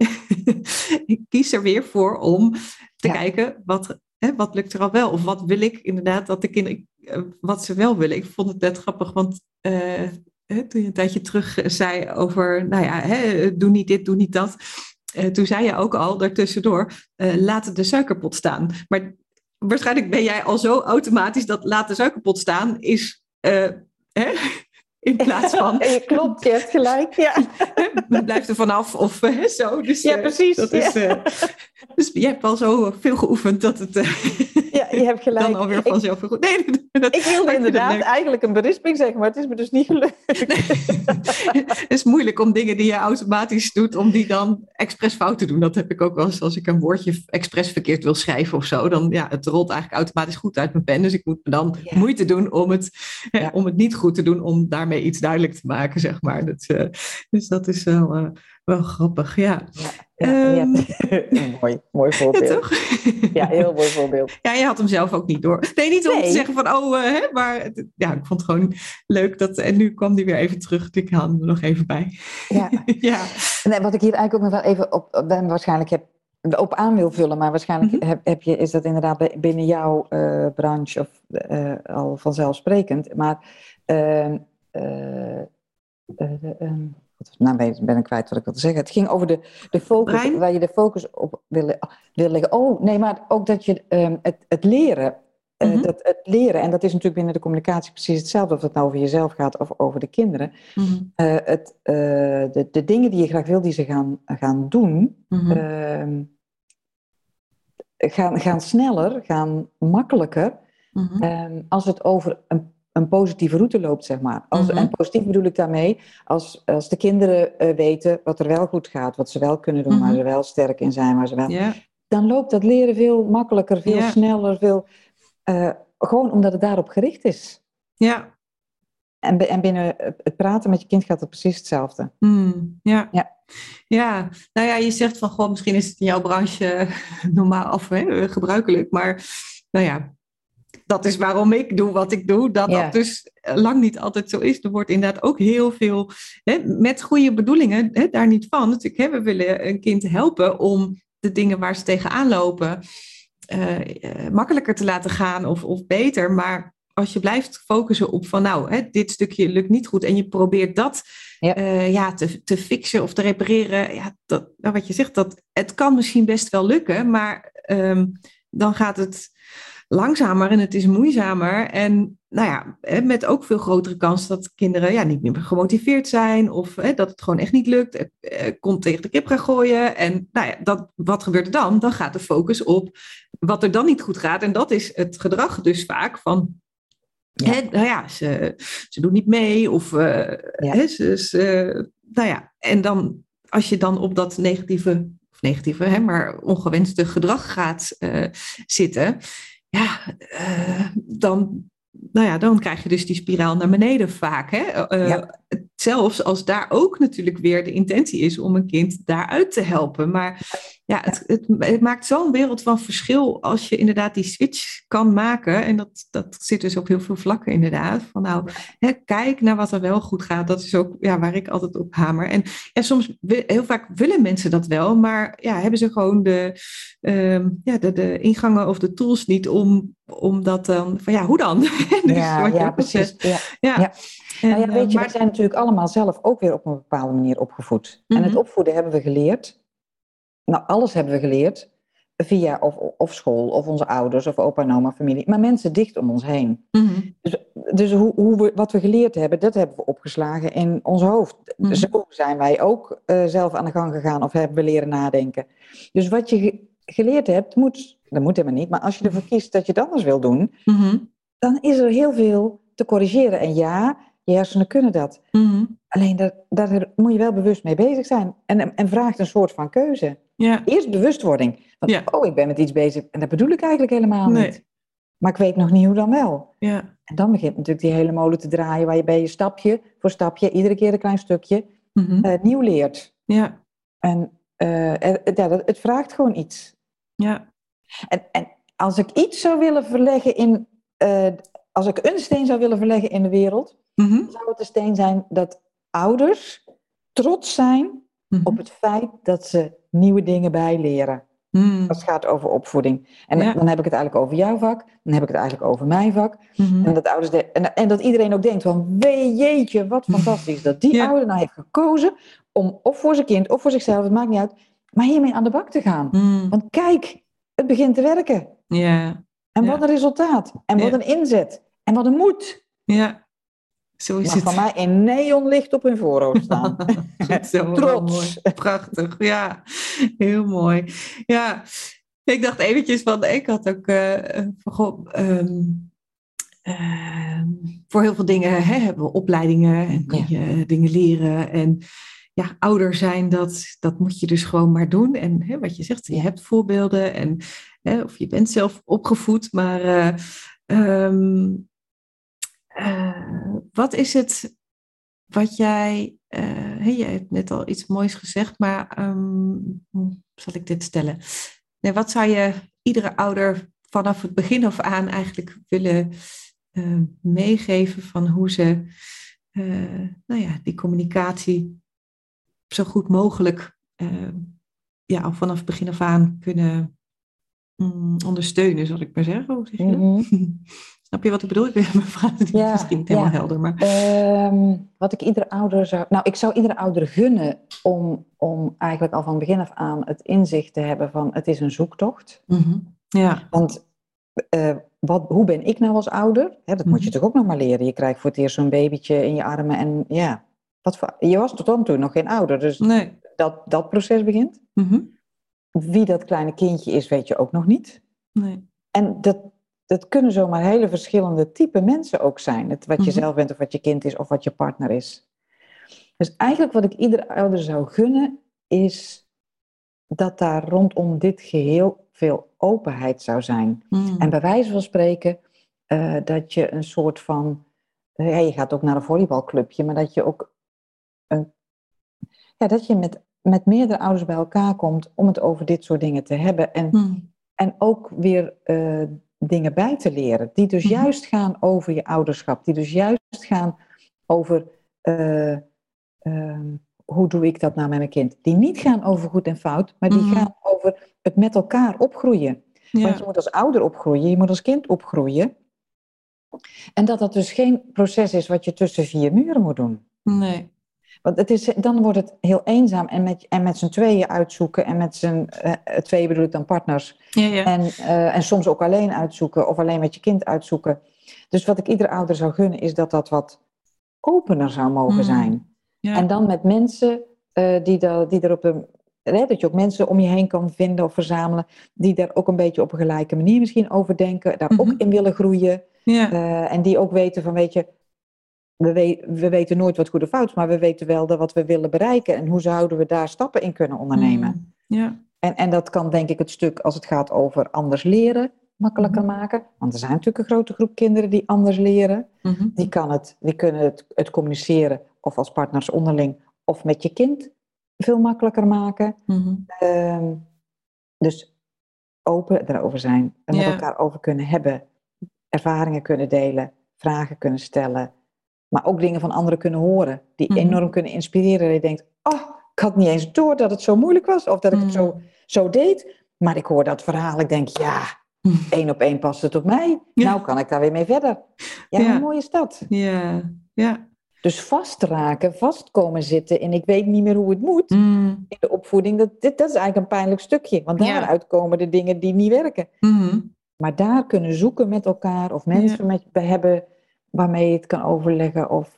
ik kies er weer voor om te ja. kijken wat, hè, wat lukt er al wel of wat wil ik inderdaad dat de kinderen, uh, wat ze wel willen. Ik vond het net grappig, want uh, hè, toen je een tijdje terug zei over, nou ja, hè, doe niet dit, doe niet dat. Uh, toen zei je ook al daartussendoor, uh, laat de suikerpot staan. Maar waarschijnlijk ben jij al zo automatisch dat laat de suikerpot staan is... Uh, hè? In plaats van...
Je klopt, je hebt gelijk. Ja.
Blijf er vanaf of uh, zo. Dus,
ja, precies.
Uh, dat is, uh, dus je hebt al zo veel geoefend dat het... Uh,
ja, je hebt gelijk.
Dan alweer vanzelf goed. Nee,
dat, ik wilde inderdaad eigenlijk een berisping zeggen, maar het is me dus niet gelukt.
Nee. Het is moeilijk om dingen die je automatisch doet, om die dan expres fout te doen. Dat heb ik ook wel eens als ik een woordje expres verkeerd wil schrijven of zo. Dan ja, het rolt eigenlijk automatisch goed uit mijn pen. Dus ik moet me dan ja. moeite doen om het, ja. hè, om het niet goed te doen, om daarmee iets duidelijk te maken, zeg maar. Dat, uh, dus dat is wel, uh, wel grappig, ja.
ja. Ja, um, ja. mooi, mooi voorbeeld.
Ja, toch?
Ja, heel mooi voorbeeld.
Ja, je had hem zelf ook niet door. Nee, niet om
nee.
te zeggen van, oh, uh, hè, maar ja, ik vond het gewoon leuk dat, en nu kwam die weer even terug, ik haal hem er nog even bij.
Ja.
ja.
Nee, wat ik hier eigenlijk ook nog wel even op, op waarschijnlijk heb, op aan wil vullen, maar waarschijnlijk mm-hmm. heb, heb je, is dat inderdaad binnen jouw uh, branche of, uh, al vanzelfsprekend, maar uh, uh, uh, um, nou ben, ben ik kwijt wat ik wilde zeggen. Het ging over de, de focus, Brein? Waar je de focus op wil, wil leggen. Oh, nee, maar ook dat je um, het, het leren, mm-hmm. uh, dat, het leren, en dat is natuurlijk binnen de communicatie precies hetzelfde, of het nou over jezelf gaat of over de kinderen.
Mm-hmm.
Uh, het, uh, de, de dingen die je graag wil, die ze gaan, gaan doen,
mm-hmm.
uh, gaan, gaan sneller, gaan makkelijker,
mm-hmm.
um, als het over een een positieve route loopt, zeg maar. Als,
mm-hmm.
En positief bedoel ik daarmee, als, als de kinderen uh, weten wat er wel goed gaat, wat ze wel kunnen doen,
mm-hmm.
waar ze wel sterk in zijn, waar ze wel...
Yeah.
Dan loopt dat leren veel makkelijker, veel
yeah.
sneller, veel... Uh, gewoon omdat het daarop gericht is.
Ja.
En, en binnen het praten met je kind gaat het precies hetzelfde.
Mm, ja.
ja.
Ja, nou ja, je zegt van, goh, misschien is het in jouw branche normaal of hè, gebruikelijk, maar nou ja...
dat is waarom ik doe wat ik doe, dat
Ja.
dat dus lang niet altijd zo is. Er wordt inderdaad ook heel veel, hè, met goede bedoelingen, hè, daar niet van. Natuurlijk, hè, we willen een kind helpen om de dingen waar ze tegenaan lopen uh, uh, makkelijker te laten gaan of, of beter. Maar als je blijft focussen op van nou, hè, dit stukje lukt niet goed en je probeert dat ja. Uh, ja, te, te fixen of te repareren. Ja, dat, nou, wat je zegt, dat, het kan misschien best wel lukken, maar um, dan gaat het langzamer en het is moeizamer. En nou ja, met ook veel grotere kans dat kinderen ja, niet meer gemotiveerd zijn of hè, dat het gewoon echt niet lukt. Uh, komt tegen de kip gaan gooien. En nou ja, dat, wat gebeurt er dan? Dan gaat de focus op wat er dan niet goed gaat. En dat is het gedrag dus vaak van ja. Hè, nou ja, ze, ze doen niet mee of uh, ja. hè, ze, ze, nou ja, en dan als je dan op dat negatieve, of negatieve, hè, maar ongewenste gedrag gaat uh, zitten, ja, uh, dan, nou ja, dan krijg je dus die spiraal naar beneden vaak. Hè? Uh, ja. Zelfs als daar ook natuurlijk weer de intentie is om een kind daaruit te helpen. Maar ja, het, het, het maakt zo'n wereld van verschil als je inderdaad die switch kan maken. En dat, dat zit dus op heel veel vlakken inderdaad. Van nou, hè, kijk naar wat er wel goed gaat. Dat is ook ja, waar ik altijd op hamer. En ja, soms, heel vaak willen mensen dat wel. Maar ja, hebben ze gewoon de, um, ja, de, de ingangen of de tools niet om, om dat dan... Van ja, hoe dan? dus
ja, ja precies. Ja. Ja. Ja. En, nou ja, weet je, maar, we zijn natuurlijk allemaal zelf ook weer op een bepaalde manier opgevoed. Mm-hmm. En het opvoeden hebben we geleerd. Nou, alles hebben we geleerd. Via of, of school, of onze ouders, of opa en oma, familie. Maar mensen dicht om ons heen. Mm-hmm. Dus, dus hoe, hoe we, wat we geleerd hebben, dat hebben we opgeslagen in ons hoofd. Mm-hmm. Zo zijn wij ook uh, zelf aan de gang gegaan of hebben we leren nadenken. Dus wat je ge- geleerd hebt, moet, dat moet helemaal niet. Maar als je ervoor kiest dat je het anders wil doen, mm-hmm. dan is er heel veel te corrigeren. En ja, je hersenen kunnen dat. Mm-hmm. Alleen daar, daar moet je wel bewust mee bezig zijn. En, en vraagt een soort van keuze. Ja. Eerst bewustwording. Want, ja. oh, ik ben met iets bezig. En dat bedoel ik eigenlijk helemaal nee. niet. Maar ik weet nog niet hoe dan wel. Ja. En dan begint natuurlijk die hele molen te draaien. Waarbij je stapje voor stapje, iedere keer een klein stukje, mm-hmm. uh, nieuw leert. Ja. En uh, het, ja, het vraagt gewoon iets. Ja. En, en als ik iets zou willen verleggen in... Uh, als ik een steen zou willen verleggen in de wereld... Mm-hmm. zou het de steen zijn dat ouders trots zijn mm-hmm. op het feit dat ze nieuwe dingen bijleren. Mm. Als het gaat over opvoeding. En ja. dan heb ik het eigenlijk over jouw vak, dan heb ik het eigenlijk over mijn vak. Mm-hmm. En, dat ouders de, en, en dat iedereen ook denkt van, wee jeetje, wat fantastisch dat die ja. ouder nou heeft gekozen om of voor zijn kind of voor zichzelf, het maakt niet uit, maar hiermee aan de bak te gaan. Mm. Want kijk, het begint te werken. Ja. En wat ja. een resultaat. En wat ja. een inzet. En wat een moed. Ja. Zo is maar het. Van mij in neonlicht op hun voorhoofd staan.
Zo trots. Mooi. Prachtig, ja. Heel mooi. Ja, ik dacht eventjes van, ik had ook uh, van, goh, um, uh, voor heel veel dingen hè, hebben we opleidingen en kun je ja. dingen leren. En ja, ouder zijn, dat, dat moet je dus gewoon maar doen. En hè, wat je zegt, je hebt voorbeelden en hè, of je bent zelf opgevoed, maar... Uh, um, Uh, wat is het wat jij, uh, hey, jij hebt net al iets moois gezegd, maar um, hoe zal ik dit stellen? Nee, wat zou je iedere ouder vanaf het begin af aan eigenlijk willen uh, meegeven van hoe ze uh, nou ja, die communicatie zo goed mogelijk uh, ja, al vanaf het begin af aan kunnen um, ondersteunen, zal ik maar zeggen. Hoe zeg je dat? Mm-hmm. Snap je wat ik bedoel? Ik weet mijn vraag niet ja, misschien niet helemaal ja. helder. Maar...
Um, wat ik iedere ouder zou... Nou, ik zou iedere ouder gunnen om, om eigenlijk al van begin af aan het inzicht te hebben van het is een zoektocht. Mm-hmm. Ja. Want uh, wat, hoe ben ik nou als ouder? Hè, dat mm-hmm. moet je toch ook nog maar leren. Je krijgt voor het eerst zo'n babytje in je armen en ja... Wat voor, je was tot dan toe nog geen ouder, dus nee. dat, dat proces begint. Mm-hmm. Wie dat kleine kindje is, weet je ook nog niet. Nee. En dat... Dat kunnen zomaar hele verschillende type mensen ook zijn. Het, wat je mm-hmm. zelf bent of wat je kind is of wat je partner is. Dus eigenlijk wat ik iedere ouder zou gunnen is dat daar rondom dit geheel veel openheid zou zijn. Mm. En bij wijze van spreken uh, dat je een soort van... Uh, ja, je gaat ook naar een volleybalclubje, maar dat je ook... Een, ja, dat je met, met meerdere ouders bij elkaar komt om het over dit soort dingen te hebben. En, mm. en ook weer... Uh, dingen bij te leren. Die dus
Mhm.
juist gaan over je ouderschap. Die dus juist gaan over uh, uh, hoe doe ik dat nou met mijn kind. Die niet gaan over goed en fout, maar die
Mhm.
gaan over het met elkaar opgroeien.
Ja.
Want je moet als ouder opgroeien, je moet als kind opgroeien. En dat dat dus geen proces is wat je tussen vier muren moet doen.
Nee.
Want het is, dan wordt het heel eenzaam en met, en met z'n tweeën uitzoeken. En met z'n uh, tweeën bedoel ik dan partners.
Ja, ja.
En, uh, en soms ook alleen uitzoeken of alleen met je kind uitzoeken. Dus wat ik iedere ouder zou gunnen is dat dat wat opener zou mogen
Mm.
zijn.
Ja.
En dan met mensen uh, die, da, die er op een... Hè, dat je ook mensen om je heen kan vinden of verzamelen. Die daar ook een beetje op een gelijke manier misschien over denken. Daar
Mm-hmm.
ook in willen groeien.
Ja.
Uh, en die ook weten van weet je... We, we, we weten nooit wat goed of fout is, maar we weten wel dat wat we willen bereiken. En hoe zouden we daar stappen in kunnen ondernemen.
Mm. Ja.
En, en dat kan denk ik het stuk als het gaat over anders leren makkelijker
Mm-hmm.
maken. Want er zijn natuurlijk een grote groep kinderen die anders leren.
Mm-hmm.
Die, kan het, die kunnen het, het communiceren of als partners onderling of met je kind veel makkelijker maken.
Mm-hmm.
Um, dus open erover zijn. En met
Ja.
elkaar over kunnen hebben. Ervaringen kunnen delen. Vragen kunnen stellen. Maar ook dingen van anderen kunnen horen. Die
Mm-hmm.
enorm kunnen inspireren. Dat je denkt, oh, ik had niet eens door dat het zo moeilijk was. Of dat ik
Mm-hmm.
het zo, zo deed. Maar ik hoor dat verhaal. Ik denk, ja,
Mm-hmm.
één op één past het op mij.
Ja.
Nou kan ik daar weer mee verder. Ja,
Ja.
hoe mooi is dat?
Ja. Ja.
Dus vastraken, vast komen zitten en ik weet niet meer hoe het moet
Mm.
in de opvoeding, dat, dit, dat is eigenlijk een pijnlijk stukje. Want daaruit
Ja.
komen de dingen die niet werken.
Mm-hmm.
Maar daar kunnen zoeken met elkaar of mensen
Ja.
met je hebben waarmee je het kan overleggen of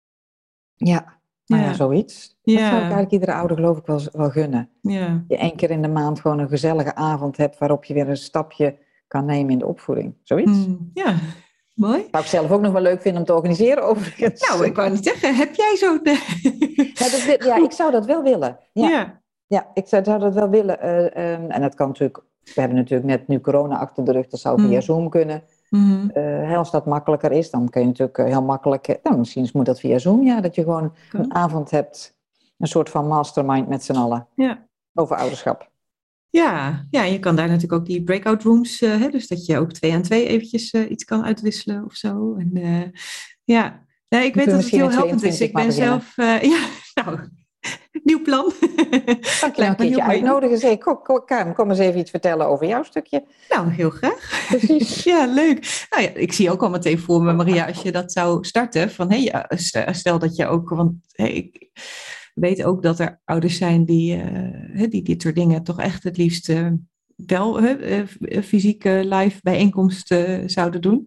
ja, nou ja,
Ja.
zoiets.
Ja.
Dat zou ik eigenlijk iedere ouder geloof ik wel, wel gunnen.
Ja.
Je één keer in de maand gewoon een gezellige avond hebt waarop je weer een stapje kan nemen in de opvoeding. Zoiets.
Mm. Ja. Mooi.
Zou ik zelf ook nog wel leuk vinden om te organiseren overigens.
Nou, ik wou niet zeggen, heb jij zo... De...
Ja, dat, ja, ik zou dat wel willen. Ja,
Ja.
ja ik zou, zou dat wel willen. Uh, um, en dat kan natuurlijk... We hebben natuurlijk net nu corona achter de rug. Dat zou via
Mm.
Zoom kunnen.
Mm-hmm.
Uh, als dat makkelijker is, dan kun je natuurlijk heel makkelijk... Nou, misschien moet dat via Zoom, ja. Dat je gewoon
Kan.
een avond hebt. Een soort van mastermind met z'n allen.
Ja.
Over ouderschap.
Ja, ja, je kan daar natuurlijk ook die breakout rooms, uh, hè, dus dat je ook twee aan twee eventjes uh, iets kan uitwisselen of zo. En uh, ja, nee, ik weet dat het heel helpend is. Ik ben zelf, uh, ja, nou, nieuw plan.
Kan ik je een keertje uitnodigen? Zeg, kom, kom, kom, kom eens even iets vertellen over jouw stukje.
Nou, heel graag.
Precies.
Ja, leuk. Nou ja, ik zie ook al meteen voor me, Maria, als je dat zou starten, van hey, ja, stel dat je ook, want hey, ik weet ook dat er ouders zijn die, uh, die dit soort dingen toch echt het liefst uh, wel uh, fysiek uh, live bijeenkomst uh, zouden doen.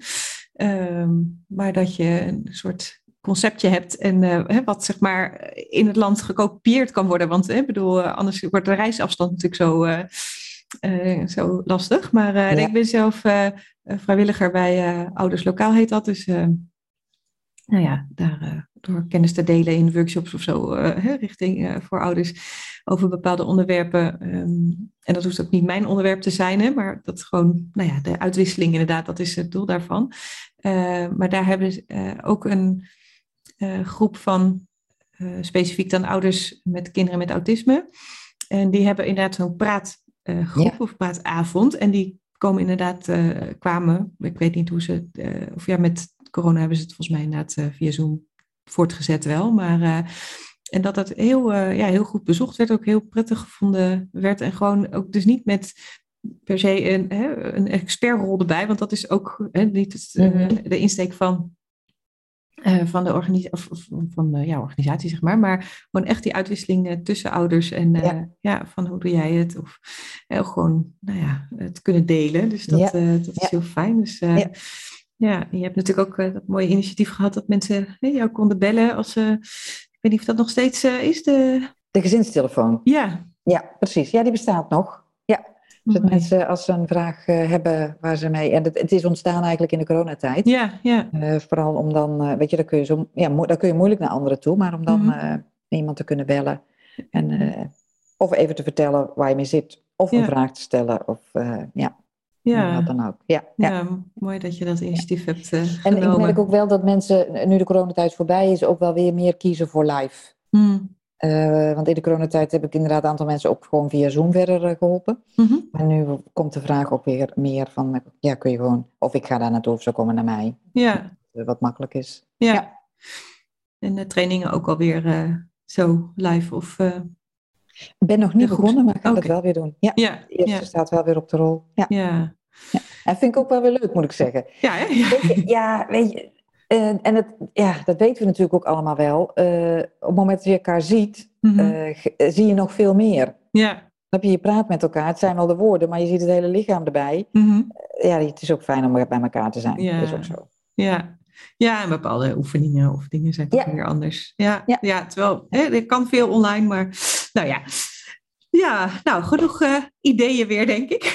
Um, maar dat je een soort conceptje hebt en uh, wat zeg maar in het land gekopieerd kan worden. Want ik bedoel, uh, anders wordt de reisafstand natuurlijk zo, uh, uh, zo lastig. Maar uh, ja. Ik ben zelf uh, vrijwilliger bij uh, Ouders Lokaal heet dat. Dus uh, nou ja, daar uh, door kennis te delen in workshops of zo uh, richting uh, voor ouders over bepaalde onderwerpen. Um, en dat hoeft ook niet mijn onderwerp te zijn, hè, maar dat gewoon, nou ja, de uitwisseling inderdaad, dat is het doel daarvan. Uh, maar daar hebben ze uh, ook een uh, groep van uh, specifiek dan ouders met kinderen met autisme. En die hebben inderdaad zo'n praatgroep uh, ja. of praatavond. En die komen inderdaad, uh, kwamen, ik weet niet hoe ze, uh, of ja, met corona hebben ze het volgens mij inderdaad uh, via Zoom voortgezet wel. Maar, uh, en dat dat heel, uh, ja, heel goed bezocht werd, ook heel prettig gevonden werd. En gewoon ook dus niet met per se een, hè, een expertrol erbij, want dat is ook hè, niet het, uh, mm-hmm. de insteek van, uh, van de organisatie, of, of van de ja, organisatie, zeg maar. Maar gewoon echt die uitwisseling uh, tussen ouders en uh, ja. ja, van hoe doe jij het? Of uh, gewoon nou ja, het kunnen delen. Dus dat, ja. uh, dat is ja. heel fijn. Dus uh, ja. ja, je hebt natuurlijk ook uh, dat mooie initiatief gehad dat mensen uh, jou konden bellen als uh, ik weet niet of dat nog steeds uh, is. De...
de gezinstelefoon.
Ja.
Ja, precies. Ja, die bestaat nog. Ja. Dus dat mensen als ze een vraag uh, hebben waar ze mee... En het, het is ontstaan eigenlijk in de coronatijd.
Ja, ja.
Uh, vooral om dan... Uh, weet je, dan kun je, zo, ja, mo- dan kun je moeilijk naar anderen toe. Maar om dan mm-hmm. uh, iemand te kunnen bellen. En, uh, of even te vertellen waar je mee zit. Of ja. een vraag te stellen. Of uh, ja,
ja.
wat dan ook. Ja, ja.
ja, mooi dat je dat initiatief ja. hebt uh,
en
genomen.
En ik merk ook wel dat mensen, nu de coronatijd voorbij is, ook wel weer meer kiezen voor live.
Mm.
Uh, want in de coronatijd heb ik inderdaad een aantal mensen ook gewoon via Zoom verder uh, geholpen.
Mm-hmm.
En nu komt de vraag ook weer meer van, ja, kun je gewoon, of ik ga daar naartoe of ze komen naar mij.
Ja.
Wat makkelijk is.
Ja.
ja.
En de trainingen ook alweer uh, zo live of... Uh...
Ik ben nog niet
ja,
begonnen, maar ik ga
okay.
het wel weer doen. Ja,
ja.
de eerste ja. staat wel weer op de rol. Ja.
Ja.
ja. En vind ik ook wel weer leuk, moet ik zeggen.
Ja, hè? Ja.
Weet je, ja, weet je... Uh, en het, ja, dat weten we natuurlijk ook allemaal wel. Uh, op het moment dat je elkaar ziet, mm-hmm. uh, zie je nog veel meer.
Ja.
Je, je praat met elkaar, het zijn wel de woorden, maar je ziet het hele lichaam erbij.
Mm-hmm.
Uh, ja, het is ook fijn om bij elkaar te zijn.
Ja.
Dat is ook zo.
Ja. Ja, en bepaalde oefeningen of dingen zijn toch ja. weer anders. Ja, ja. ja terwijl hè, er kan veel online, maar nou ja. Ja, nou, genoeg uh, ideeën weer, denk ik.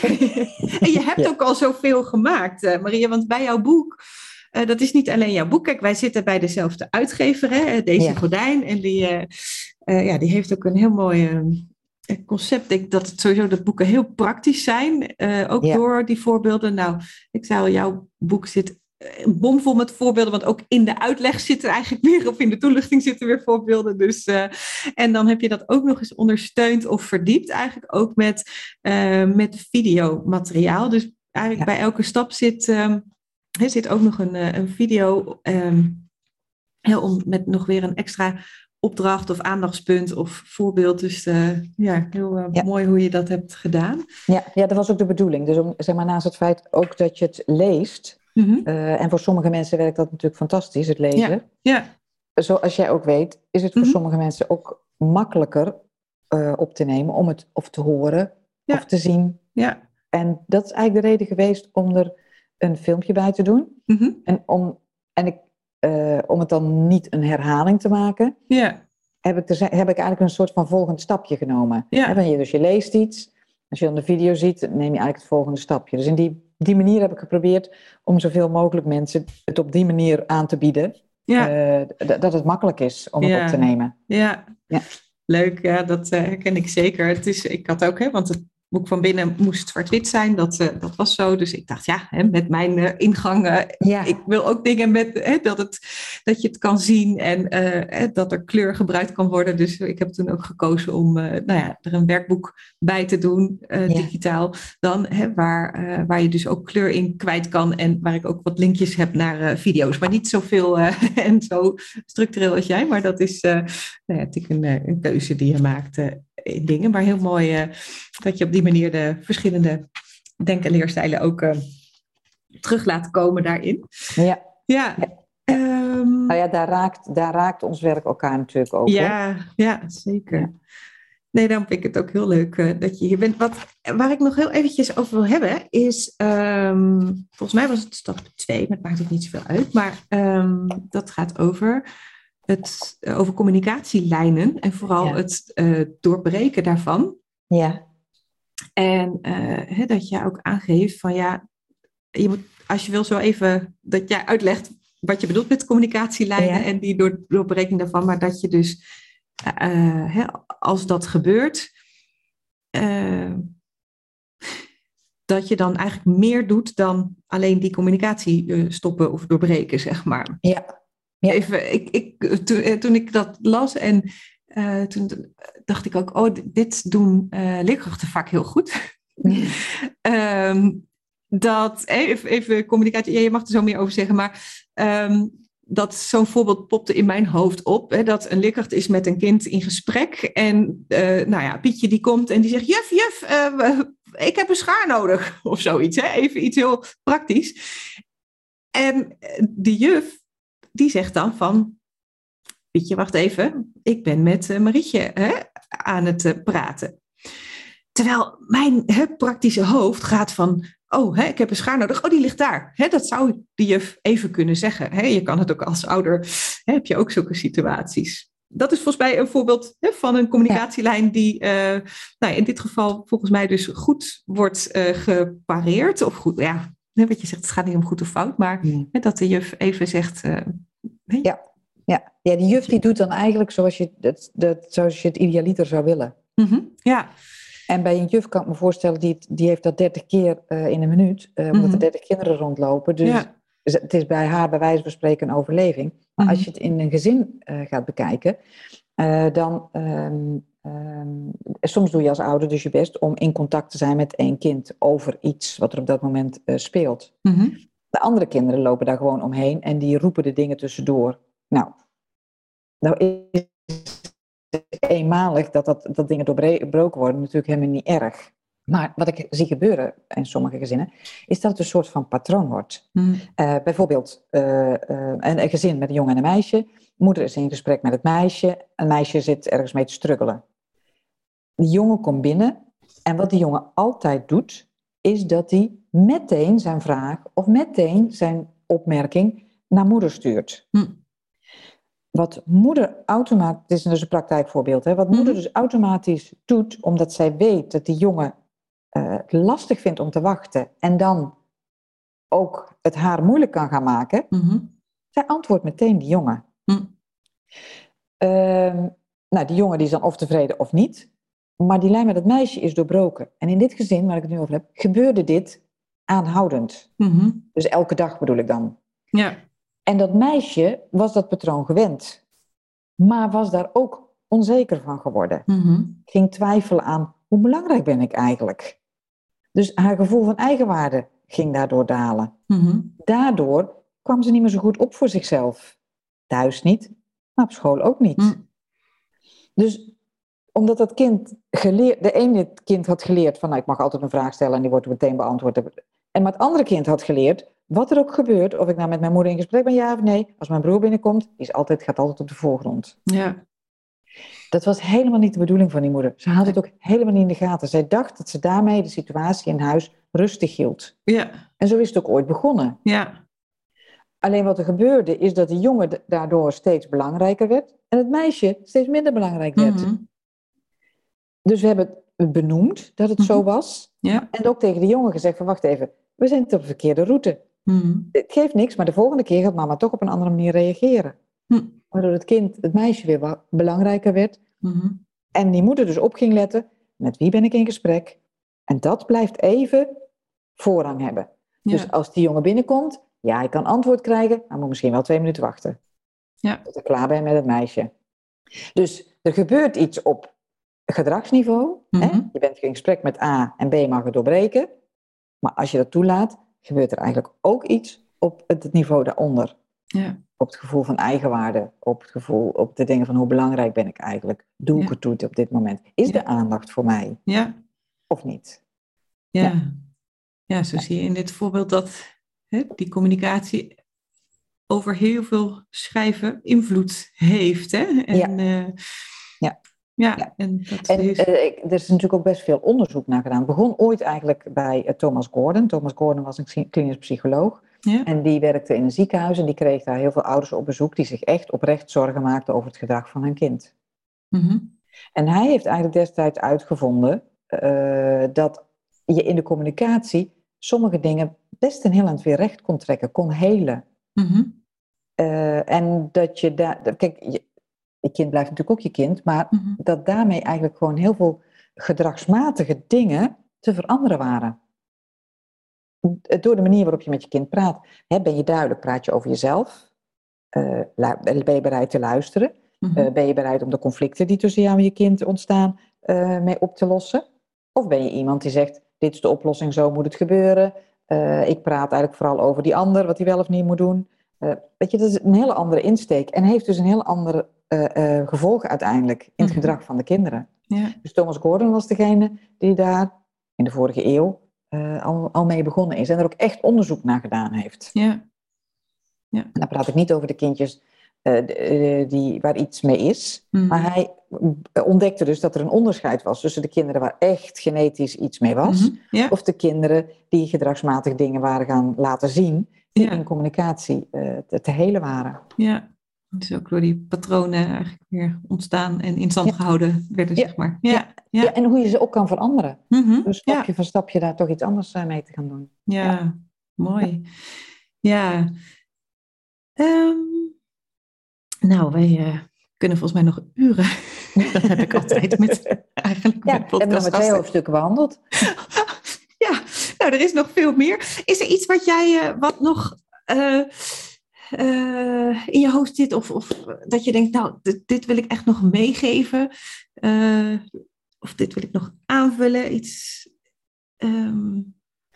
En je hebt ja. ook al zoveel gemaakt, uh, Maria, want bij jouw boek... Uh, dat is niet alleen jouw boek. Kijk, wij zitten bij dezelfde uitgever, hè, Daisy ja. Gordijn. En die, uh, uh, ja, die heeft ook een heel mooi uh, concept. Ik denk dat het sowieso dat boeken heel praktisch zijn. Uh, ook ja. door die voorbeelden. Nou, ik zei al, jouw boek zit een bomvol met voorbeelden. Want ook in de uitleg zitten eigenlijk weer, of in de toelichting zitten weer voorbeelden. Dus, uh, en dan heb je dat ook nog eens ondersteund of verdiept. Eigenlijk ook met, uh, met videomateriaal. Dus eigenlijk ja. bij elke stap zit... Um, Er zit ook nog een, een video um, ja, om, met nog weer een extra opdracht of aandachtspunt of voorbeeld. Dus uh, ja, heel uh, ja. mooi hoe je dat hebt gedaan.
Ja, ja, dat was ook de bedoeling. Dus om, zeg maar, naast het feit ook dat je het leest. Mm-hmm. Uh, en voor sommige mensen werkt dat natuurlijk fantastisch, het lezen.
Ja. Ja.
Zoals jij ook weet, is het voor mm-hmm. sommige mensen ook makkelijker uh, op te nemen om het of te horen ja. of te zien.
Ja.
En dat is eigenlijk de reden geweest om er een filmpje bij te doen.
Mm-hmm.
En, om, en ik, uh, om het dan niet een herhaling te maken,
yeah.
heb, ik er, heb ik eigenlijk een soort van volgend stapje genomen.
Yeah.
He, je, dus je leest iets, als je dan de video ziet, neem je eigenlijk het volgende stapje. Dus in die, die manier heb ik geprobeerd om zoveel mogelijk mensen het op die manier aan te bieden.
Yeah.
Uh, d- dat het makkelijk is om
yeah.
het op te nemen.
Yeah.
Ja,
leuk. Ja, dat uh, herken ik zeker. Het is, ik had ook, hè, want het boek van binnen moest zwart-wit zijn, dat, uh, dat was zo. Dus ik dacht, ja, hè, met mijn uh, ingang, uh, ja. ik wil ook dingen met, hè, dat, het, dat je het kan zien en uh, hè, dat er kleur gebruikt kan worden. Dus ik heb toen ook gekozen om uh, nou ja, er een werkboek bij te doen, uh, ja. digitaal dan, hè, waar, uh, waar je dus ook kleur in kwijt kan en waar ik ook wat linkjes heb naar uh, video's. Maar niet zoveel uh, en zo structureel als jij, maar dat is uh, nou ja, natuurlijk een, een keuze die je maakt uh, in dingen, maar heel mooi uh, dat je op die manier de verschillende denk- en leerstijlen ook uh, terug laat komen daarin.
Ja.
Ja.
ja. Um, nou ja, daar raakt, daar raakt ons werk elkaar natuurlijk ook.
Ja, ja zeker. Ja. Nee, dan vind ik het ook heel leuk uh, dat je hier bent. Wat, waar ik nog heel eventjes over wil hebben is, um, volgens mij was het stap twee, maar het maakt ook niet zoveel uit. Maar um, dat gaat over... Het, uh, over communicatielijnen en vooral ja. het uh, doorbreken daarvan.
Ja.
En uh, he, dat je ook aangeeft van ja, je moet, als je wil zo even dat jij uitlegt wat je bedoelt met communicatielijnen ja. en die door, doorbreking daarvan, maar dat je dus uh, he, als dat gebeurt, uh, dat je dan eigenlijk meer doet dan alleen die communicatie uh, stoppen of doorbreken, zeg maar.
Ja. Ja.
Even, ik, ik, toen, toen ik dat las en uh, toen dacht ik ook, oh, dit doen uh, leerkrachten vaak heel goed. Mm. um, dat, even, even communicatie, ja, je mag er zo meer over zeggen, maar um, dat zo'n voorbeeld popte in mijn hoofd op. Hè, dat een leerkracht is met een kind in gesprek en uh, nou ja, Pietje die komt en die zegt, juf, juf, uh, ik heb een schaar nodig. Of zoiets, hè? Even iets heel praktisch. En die juf, die zegt dan van, Pietje, wacht even, ik ben met uh, Marietje hè, aan het uh, praten. Terwijl mijn hè, praktische hoofd gaat van, oh, hè, ik heb een schaar nodig, oh, die ligt daar. Hè, dat zou de juf even kunnen zeggen. Hè. Je kan het ook als ouder, hè, heb je ook zulke situaties. Dat is volgens mij een voorbeeld hè, van een communicatielijn ja. die uh, nou, in dit geval volgens mij dus goed wordt uh, gepareerd. Of goed, ja, wat je zegt, het gaat niet om goed of fout, maar ja. hè, dat de juf even zegt... Uh,
hey. ja. Ja. ja, die juf die doet dan eigenlijk zoals je, dat, dat, zoals je het idealiter zou willen.
Mm-hmm. Ja.
En bij een juf kan ik me voorstellen, die, die heeft dat dertig keer uh, in een minuut, uh, omdat mm-hmm. er dertig kinderen rondlopen. Dus ja. het is bij haar bij wijze van spreken een overleving. Maar mm-hmm. als je het in een gezin uh, gaat bekijken, uh, dan um, um, soms doe je als ouder dus je best om in contact te zijn met één kind over iets wat er op dat moment uh, speelt.
Mm-hmm.
De andere kinderen lopen daar gewoon omheen en die roepen de dingen tussendoor. Nou, nou is eenmalig dat, dat, dat dingen doorbroken worden natuurlijk helemaal niet erg. Maar wat ik zie gebeuren in sommige gezinnen, is dat het een soort van patroon wordt.
Mm.
Uh, bijvoorbeeld uh, uh, een, een gezin met een jongen en een meisje. Moeder is in gesprek met het meisje. Een meisje zit ergens mee te struggelen. Die jongen komt binnen. En wat die jongen altijd doet, is dat hij meteen zijn vraag of meteen zijn opmerking naar moeder stuurt.
Mm.
Wat moeder automatisch, dit is dus een praktijkvoorbeeld, hè, wat moeder
Mm.
dus automatisch doet, omdat zij weet dat die jongen uh, het lastig vindt om te wachten en dan ook het haar moeilijk kan gaan maken,
Mm-hmm.
zij antwoordt meteen die jongen.
Mm.
Uh, nou, die jongen die is dan of tevreden of niet, maar die lijn met het meisje is doorbroken. En in dit gezin, waar ik het nu over heb, gebeurde dit aanhoudend.
Mm-hmm.
Dus elke dag bedoel ik dan.
Ja.
En dat meisje was dat patroon gewend, maar was daar ook onzeker van geworden.
Mm-hmm.
Ging twijfelen aan, hoe belangrijk ben ik eigenlijk? Dus haar gevoel van eigenwaarde ging daardoor dalen.
Mm-hmm.
Daardoor kwam ze niet meer zo goed op voor zichzelf. Thuis niet, maar op school ook niet.
Mm.
Dus omdat dat kind geleerd, de ene kind had geleerd van, nou, ik mag altijd een vraag stellen en die wordt meteen beantwoord. En maar het andere kind had geleerd, wat er ook gebeurt, of ik nou met mijn moeder in gesprek ben, ja of nee, als mijn broer binnenkomt, is altijd, gaat altijd op de voorgrond.
Ja.
Dat was helemaal niet de bedoeling van die moeder. Ze had het ook helemaal niet in de gaten. Zij dacht dat ze daarmee de situatie in huis rustig hield.
Ja.
En zo is het ook ooit begonnen.
Ja.
Alleen wat er gebeurde, is dat de jongen daardoor steeds belangrijker werd en het meisje steeds minder belangrijk werd.
Mm-hmm.
Dus we hebben het benoemd dat het mm-hmm. zo was.
Ja.
En ook tegen de jongen gezegd van, wacht even, we zijn op de verkeerde route.
Mm-hmm.
Het geeft niks, maar de volgende keer gaat mama toch op een andere manier reageren.
Mm.
Waardoor het kind, het meisje weer wat belangrijker werd.
Mm-hmm.
En die moeder dus op ging letten, met wie ben ik in gesprek? En dat blijft even voorrang hebben.
Ja.
Dus als die jongen binnenkomt, ja, ik kan antwoord krijgen, maar moet misschien wel twee minuten wachten.
Ja.
Tot ik klaar ben met het meisje. Dus er gebeurt iets op gedragsniveau.
Mm-hmm.
Hè? Je bent in gesprek met A en B mag het doorbreken. Maar als je dat toelaat, gebeurt er eigenlijk ook iets op het niveau daaronder.
Ja.
Op het gevoel van eigenwaarde, op het gevoel, op de dingen van hoe belangrijk ben ik eigenlijk? Doe ik
Ja.
het toe op dit moment? Is
Ja.
er aandacht voor mij?
Ja.
Of niet?
Ja.
Ja.
Ja, zo zie je in dit voorbeeld dat hè, die communicatie over heel veel schrijven invloed heeft. Hè? En,
Ja.
Uh,
Ja.
Ja,
ja.
en, dat
en
heeft...
uh, er is natuurlijk ook best veel onderzoek naar gedaan. Het begon ooit eigenlijk bij uh, Thomas Gordon. Thomas Gordon was een klinisch psycholoog.
Ja.
En die werkte in een ziekenhuis en die kreeg daar heel veel ouders op bezoek die zich echt oprecht zorgen maakten over het gedrag van hun kind.
Mm-hmm.
En hij heeft eigenlijk destijds uitgevonden uh, dat je in de communicatie sommige dingen best een heel eind weer recht kon trekken, kon helen.
Mm-hmm.
Uh, en dat je daar, kijk, je, je kind blijft natuurlijk ook je kind, maar
Mm-hmm.
dat daarmee eigenlijk gewoon heel veel gedragsmatige dingen te veranderen waren. Door de manier waarop je met je kind praat. Hè, ben je duidelijk, praat je over jezelf? Uh, ben je bereid te luisteren?
Mm-hmm.
Uh, ben je bereid om de conflicten die tussen jou en je kind ontstaan uh, mee op te lossen? Of ben je iemand die zegt, dit is de oplossing, zo moet het gebeuren. Uh, ik praat eigenlijk vooral over die ander, wat hij wel of niet moet doen. Uh, weet je, dat is een hele andere insteek. En heeft dus een heel andere uh, uh, gevolgen uiteindelijk in het
Mm-hmm.
gedrag van de kinderen.
Ja.
Dus Thomas Gordon was degene die daar in de vorige eeuw uh, al, al mee begonnen is. En er ook echt onderzoek naar gedaan heeft.
Ja. Ja.
En dan praat ik niet over de kindjes uh, uh, die, waar iets mee is.
Mm-hmm.
Maar hij ontdekte dus dat er een onderscheid was tussen de kinderen waar echt genetisch iets mee was.
Mm-hmm. Ja.
Of de kinderen die gedragsmatig dingen waren gaan laten zien. Die
Ja.
in communicatie uh, te, te helen waren.
Ja. Dus ook door die patronen eigenlijk weer ontstaan en in stand
Ja.
gehouden werden,
Ja.
zeg maar. Ja.
Ja.
Ja.
Ja, en hoe je ze ook kan veranderen.
Mm-hmm.
Dus stapje
Ja.
voor stapje daar toch iets anders uh, mee te gaan doen.
Ja,
Ja.
mooi. Ja. Um, nou, wij uh, kunnen volgens mij nog uren. Dat heb ik altijd met eigenlijk
Ja,
met
we hebben nog maar twee
podcastgasten.
hoofdstukken behandeld.
Ja, nou, er is nog veel meer. Is er iets wat jij, uh, wat nog, uh, uh, in je hoofd zit of, of dat je denkt, nou, dit, dit wil ik echt nog meegeven. Uh, of dit wil ik nog aanvullen, iets... Um...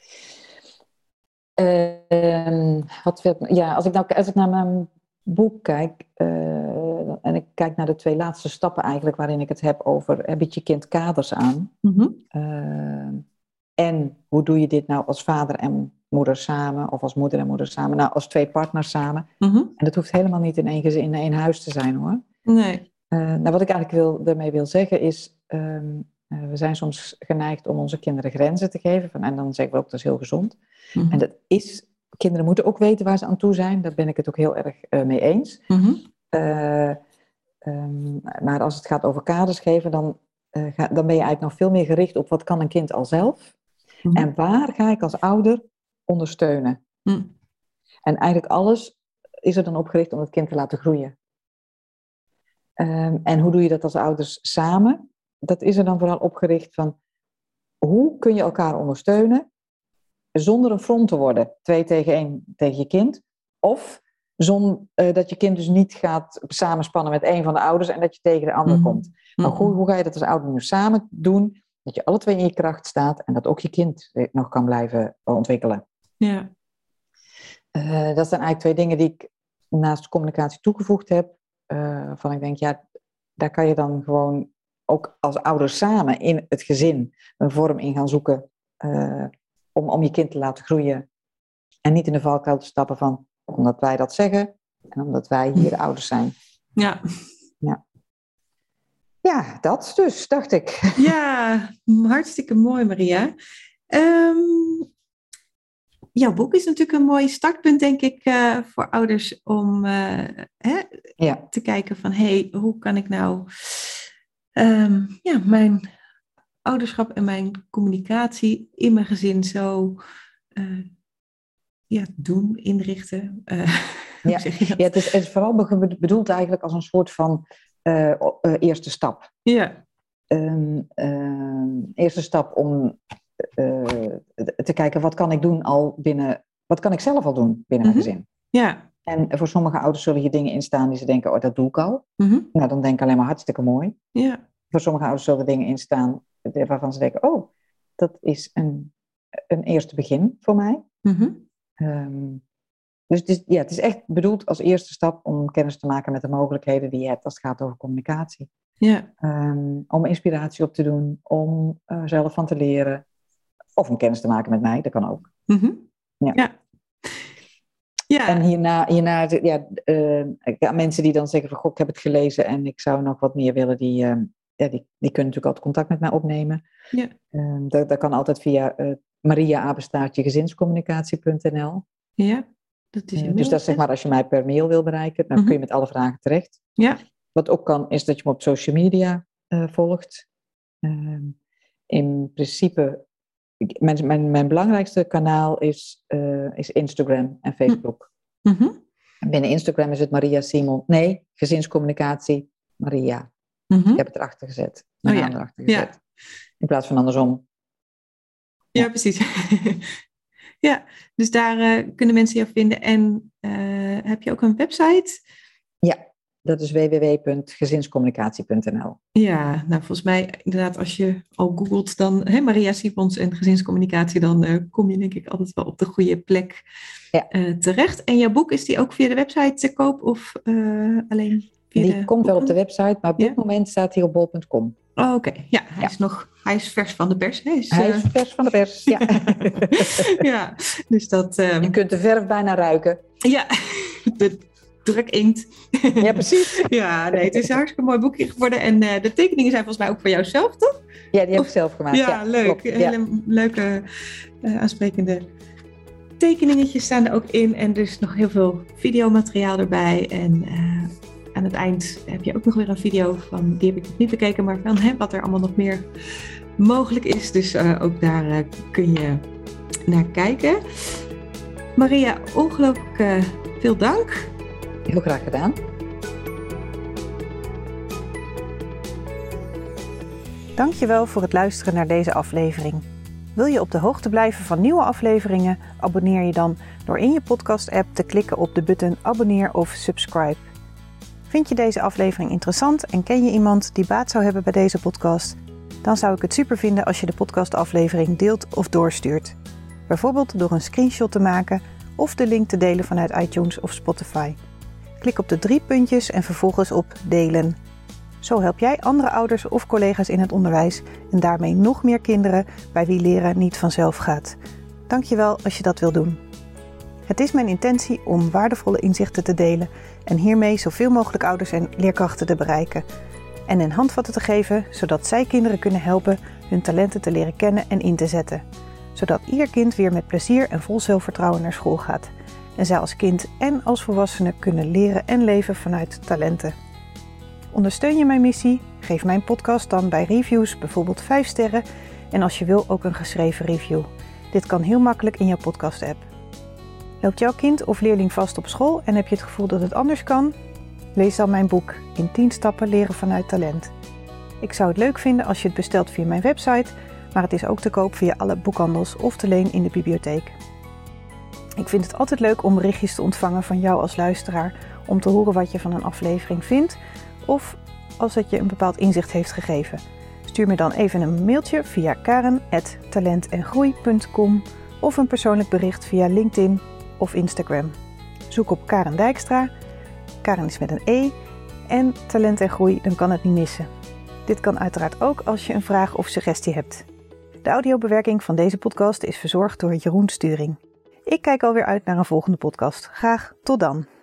Uh, wat wil, ja, als ik, nou, als ik naar mijn boek kijk, uh, en ik kijk naar de twee laatste stappen eigenlijk, waarin ik het heb over, uh, bied je kind kaders aan.
Mm-hmm.
Uh, en hoe doe je dit nou als vader en moeder samen, of als moeder en moeder samen, nou als twee partners samen.
Mm-hmm.
En dat hoeft helemaal niet in één gezin, in één huis te zijn hoor.
Nee.
Uh, nou, wat ik eigenlijk wil, daarmee wil zeggen is, um, uh, we zijn soms geneigd om onze kinderen grenzen te geven. Van, en dan zeggen we ook, dat is heel gezond.
Mm-hmm.
En dat is, kinderen moeten ook weten waar ze aan toe zijn. Daar ben ik het ook heel erg uh, mee eens.
Mm-hmm.
Uh, um, maar als het gaat over kaders geven, dan, uh, ga, dan ben je eigenlijk nog veel meer gericht op wat kan een kind al zelf. Mm-hmm. En waar ga ik als ouder ondersteunen?
Mm.
En eigenlijk alles is er dan op gericht om het kind te laten groeien. Um, en hoe doe je dat als ouders samen? Dat is er dan vooral opgericht van, hoe kun je elkaar ondersteunen zonder een front te worden, twee tegen één tegen je kind, of zonder uh, dat je kind dus niet gaat samenspannen met één van de ouders en dat je tegen de ander
Mm-hmm.
komt. Maar hoe, hoe ga je dat als ouder nu samen doen, dat je alle twee in je kracht staat en dat ook je kind nog kan blijven ontwikkelen?
Ja.
Uh, dat zijn eigenlijk twee dingen die ik naast communicatie toegevoegd heb. Uh, van ik denk, ja, daar kan je dan gewoon ook als ouders samen in het gezin een vorm in gaan zoeken uh, om, om je kind te laten groeien. En niet in de valkuil te stappen van, omdat wij dat zeggen en omdat wij hier de ouders zijn.
Ja.
Ja, ja dat dus, dacht ik.
Ja, hartstikke mooi, Maria. Um, jouw boek is natuurlijk een mooi startpunt, denk ik, uh, voor ouders om uh, hè,
ja.
te kijken van, hé, hey, hoe kan ik nou um, ja, mijn ouderschap en mijn communicatie in mijn gezin zo uh, ja, doen, inrichten. Uh,
ja.
Hoe zeg je dat?
Ja, het is, het is vooral bedoeld eigenlijk als een soort van uh, uh, eerste stap.
Ja.
Um, uh, eerste stap om uh, te kijken, wat kan ik doen al binnen, wat kan ik zelf al doen binnen
mm-hmm.
mijn gezin?
Ja.
En voor sommige ouders zullen hier dingen in staan die ze denken, oh, dat doe ik al.
Mm-hmm.
Nou, dan denk ik alleen maar hartstikke mooi.
Ja.
Voor sommige ouders zullen er dingen in staan waarvan ze denken, oh, dat is een, een eerste begin voor mij.
Mm-hmm.
Um, dus het is, ja, het is echt bedoeld als eerste stap om kennis te maken met de mogelijkheden die je hebt als het gaat over communicatie.
Ja.
Um, om inspiratie op te doen, om uh, zelf van te leren. Of om kennis te maken met mij, dat kan ook.
Mm-hmm.
Ja.
Ja. Ja.
En hierna, hierna ja, uh, ja, mensen die dan zeggen van, goh, ik heb het gelezen en ik zou nog wat meer willen, die, uh, ja, die, die kunnen natuurlijk altijd contact met mij opnemen.
Ja.
Uh, dat, dat kan altijd via uh, maria apenstaartje gezinscommunicatie punt n l.
Ja, dat is
uh, Dus dat is zeg maar als je mij per mail wil bereiken, dan mm-hmm. kun je met alle vragen terecht.
Ja.
Wat ook kan, is dat je me op social media uh, volgt. Uh, in principe, mijn, mijn, mijn belangrijkste kanaal is, uh, is Instagram en Facebook.
Mm-hmm.
En binnen Instagram is het Maria Simon. Nee, gezinscommunicatie, Maria.
Mm-hmm.
Ik heb het erachter gezet. Mijn
oh,
naam
ja.
erachter gezet.
Ja.
In plaats van andersom.
Ja, ja precies. Ja, dus daar uh, kunnen mensen jou vinden. En uh, heb je ook een website?
Ja. Dat is w w w punt gezinscommunicatie punt n l.
Ja, nou volgens mij inderdaad als je al googelt dan hè, Maria Simons en gezinscommunicatie, dan uh, kom je denk ik altijd wel op de goede plek
ja.
uh, terecht. En jouw boek, is die ook via de website te koop of uh, alleen via
die
de
komt
boeken?
wel op de website, maar op dit
ja?
moment staat hij op bol punt com.
Oh, oké, okay. ja, hij
ja.
is nog, hij is vers van de pers. Hij is,
hij
uh...
is vers van de pers, ja.
Ja, dus dat... Um...
Je kunt de verf bijna ruiken.
Ja, de druk inkt.
Ja, precies.
Ja, nee, het is een hartstikke mooi boekje geworden. En uh, de tekeningen zijn volgens mij ook voor jou zelf, toch?
Ja, die heb
of...
ik zelf gemaakt.
Ja,
ja
leuk.
Klopt,
Hele
ja.
leuke, uh, aansprekende tekeningetjes staan er ook in. En dus nog heel veel videomateriaal erbij. En uh, aan het eind heb je ook nog weer een video van, die heb ik nog niet bekeken, maar van hè, wat er allemaal nog meer mogelijk is. Dus uh, ook daar uh, kun je naar kijken. Maria, ongelooflijk uh, veel dank.
Heel graag gedaan.
Dankjewel voor het luisteren naar deze aflevering. Wil je op de hoogte blijven van nieuwe afleveringen? Abonneer je dan door in je podcast-app te klikken op de button abonneer of subscribe. Vind je deze aflevering interessant en ken je iemand die baat zou hebben bij deze podcast? Dan zou ik het super vinden als je de podcastaflevering deelt of doorstuurt. Bijvoorbeeld door een screenshot te maken of de link te delen vanuit iTunes of Spotify. Klik op de drie puntjes en vervolgens op delen. Zo help jij andere ouders of collega's in het onderwijs en daarmee nog meer kinderen bij wie leren niet vanzelf gaat. Dankjewel als je dat wil doen. Het is mijn intentie om waardevolle inzichten te delen en hiermee zoveel mogelijk ouders en leerkrachten te bereiken. En een handvatten te geven zodat zij kinderen kunnen helpen hun talenten te leren kennen en in te zetten. Zodat ieder kind weer met plezier en vol zelfvertrouwen naar school gaat. En zij als kind en als volwassene kunnen leren en leven vanuit talenten. Ondersteun je mijn missie? Geef mijn podcast dan bij reviews bijvoorbeeld vijf sterren en als je wil ook een geschreven review. Dit kan heel makkelijk in jouw podcast-app. Loopt jouw kind of leerling vast op school en heb je het gevoel dat het anders kan? Lees dan mijn boek In tien stappen leren vanuit talent. Ik zou het leuk vinden als je het bestelt via mijn website, maar het is ook te koop via alle boekhandels of te leen in de bibliotheek. Ik vind het altijd leuk om berichtjes te ontvangen van jou als luisteraar, om te horen wat je van een aflevering vindt of als het je een bepaald inzicht heeft gegeven. Stuur me dan even een mailtje via karen at talent en groei punt com of een persoonlijk bericht via LinkedIn of Instagram. Zoek op Karen Dijkstra, Karen is met een E en Talent en Groei, dan kan het niet missen. Dit kan uiteraard ook als je een vraag of suggestie hebt. De audiobewerking van deze podcast is verzorgd door Jeroen Sturing. Ik kijk alweer uit naar een volgende podcast. Graag tot dan!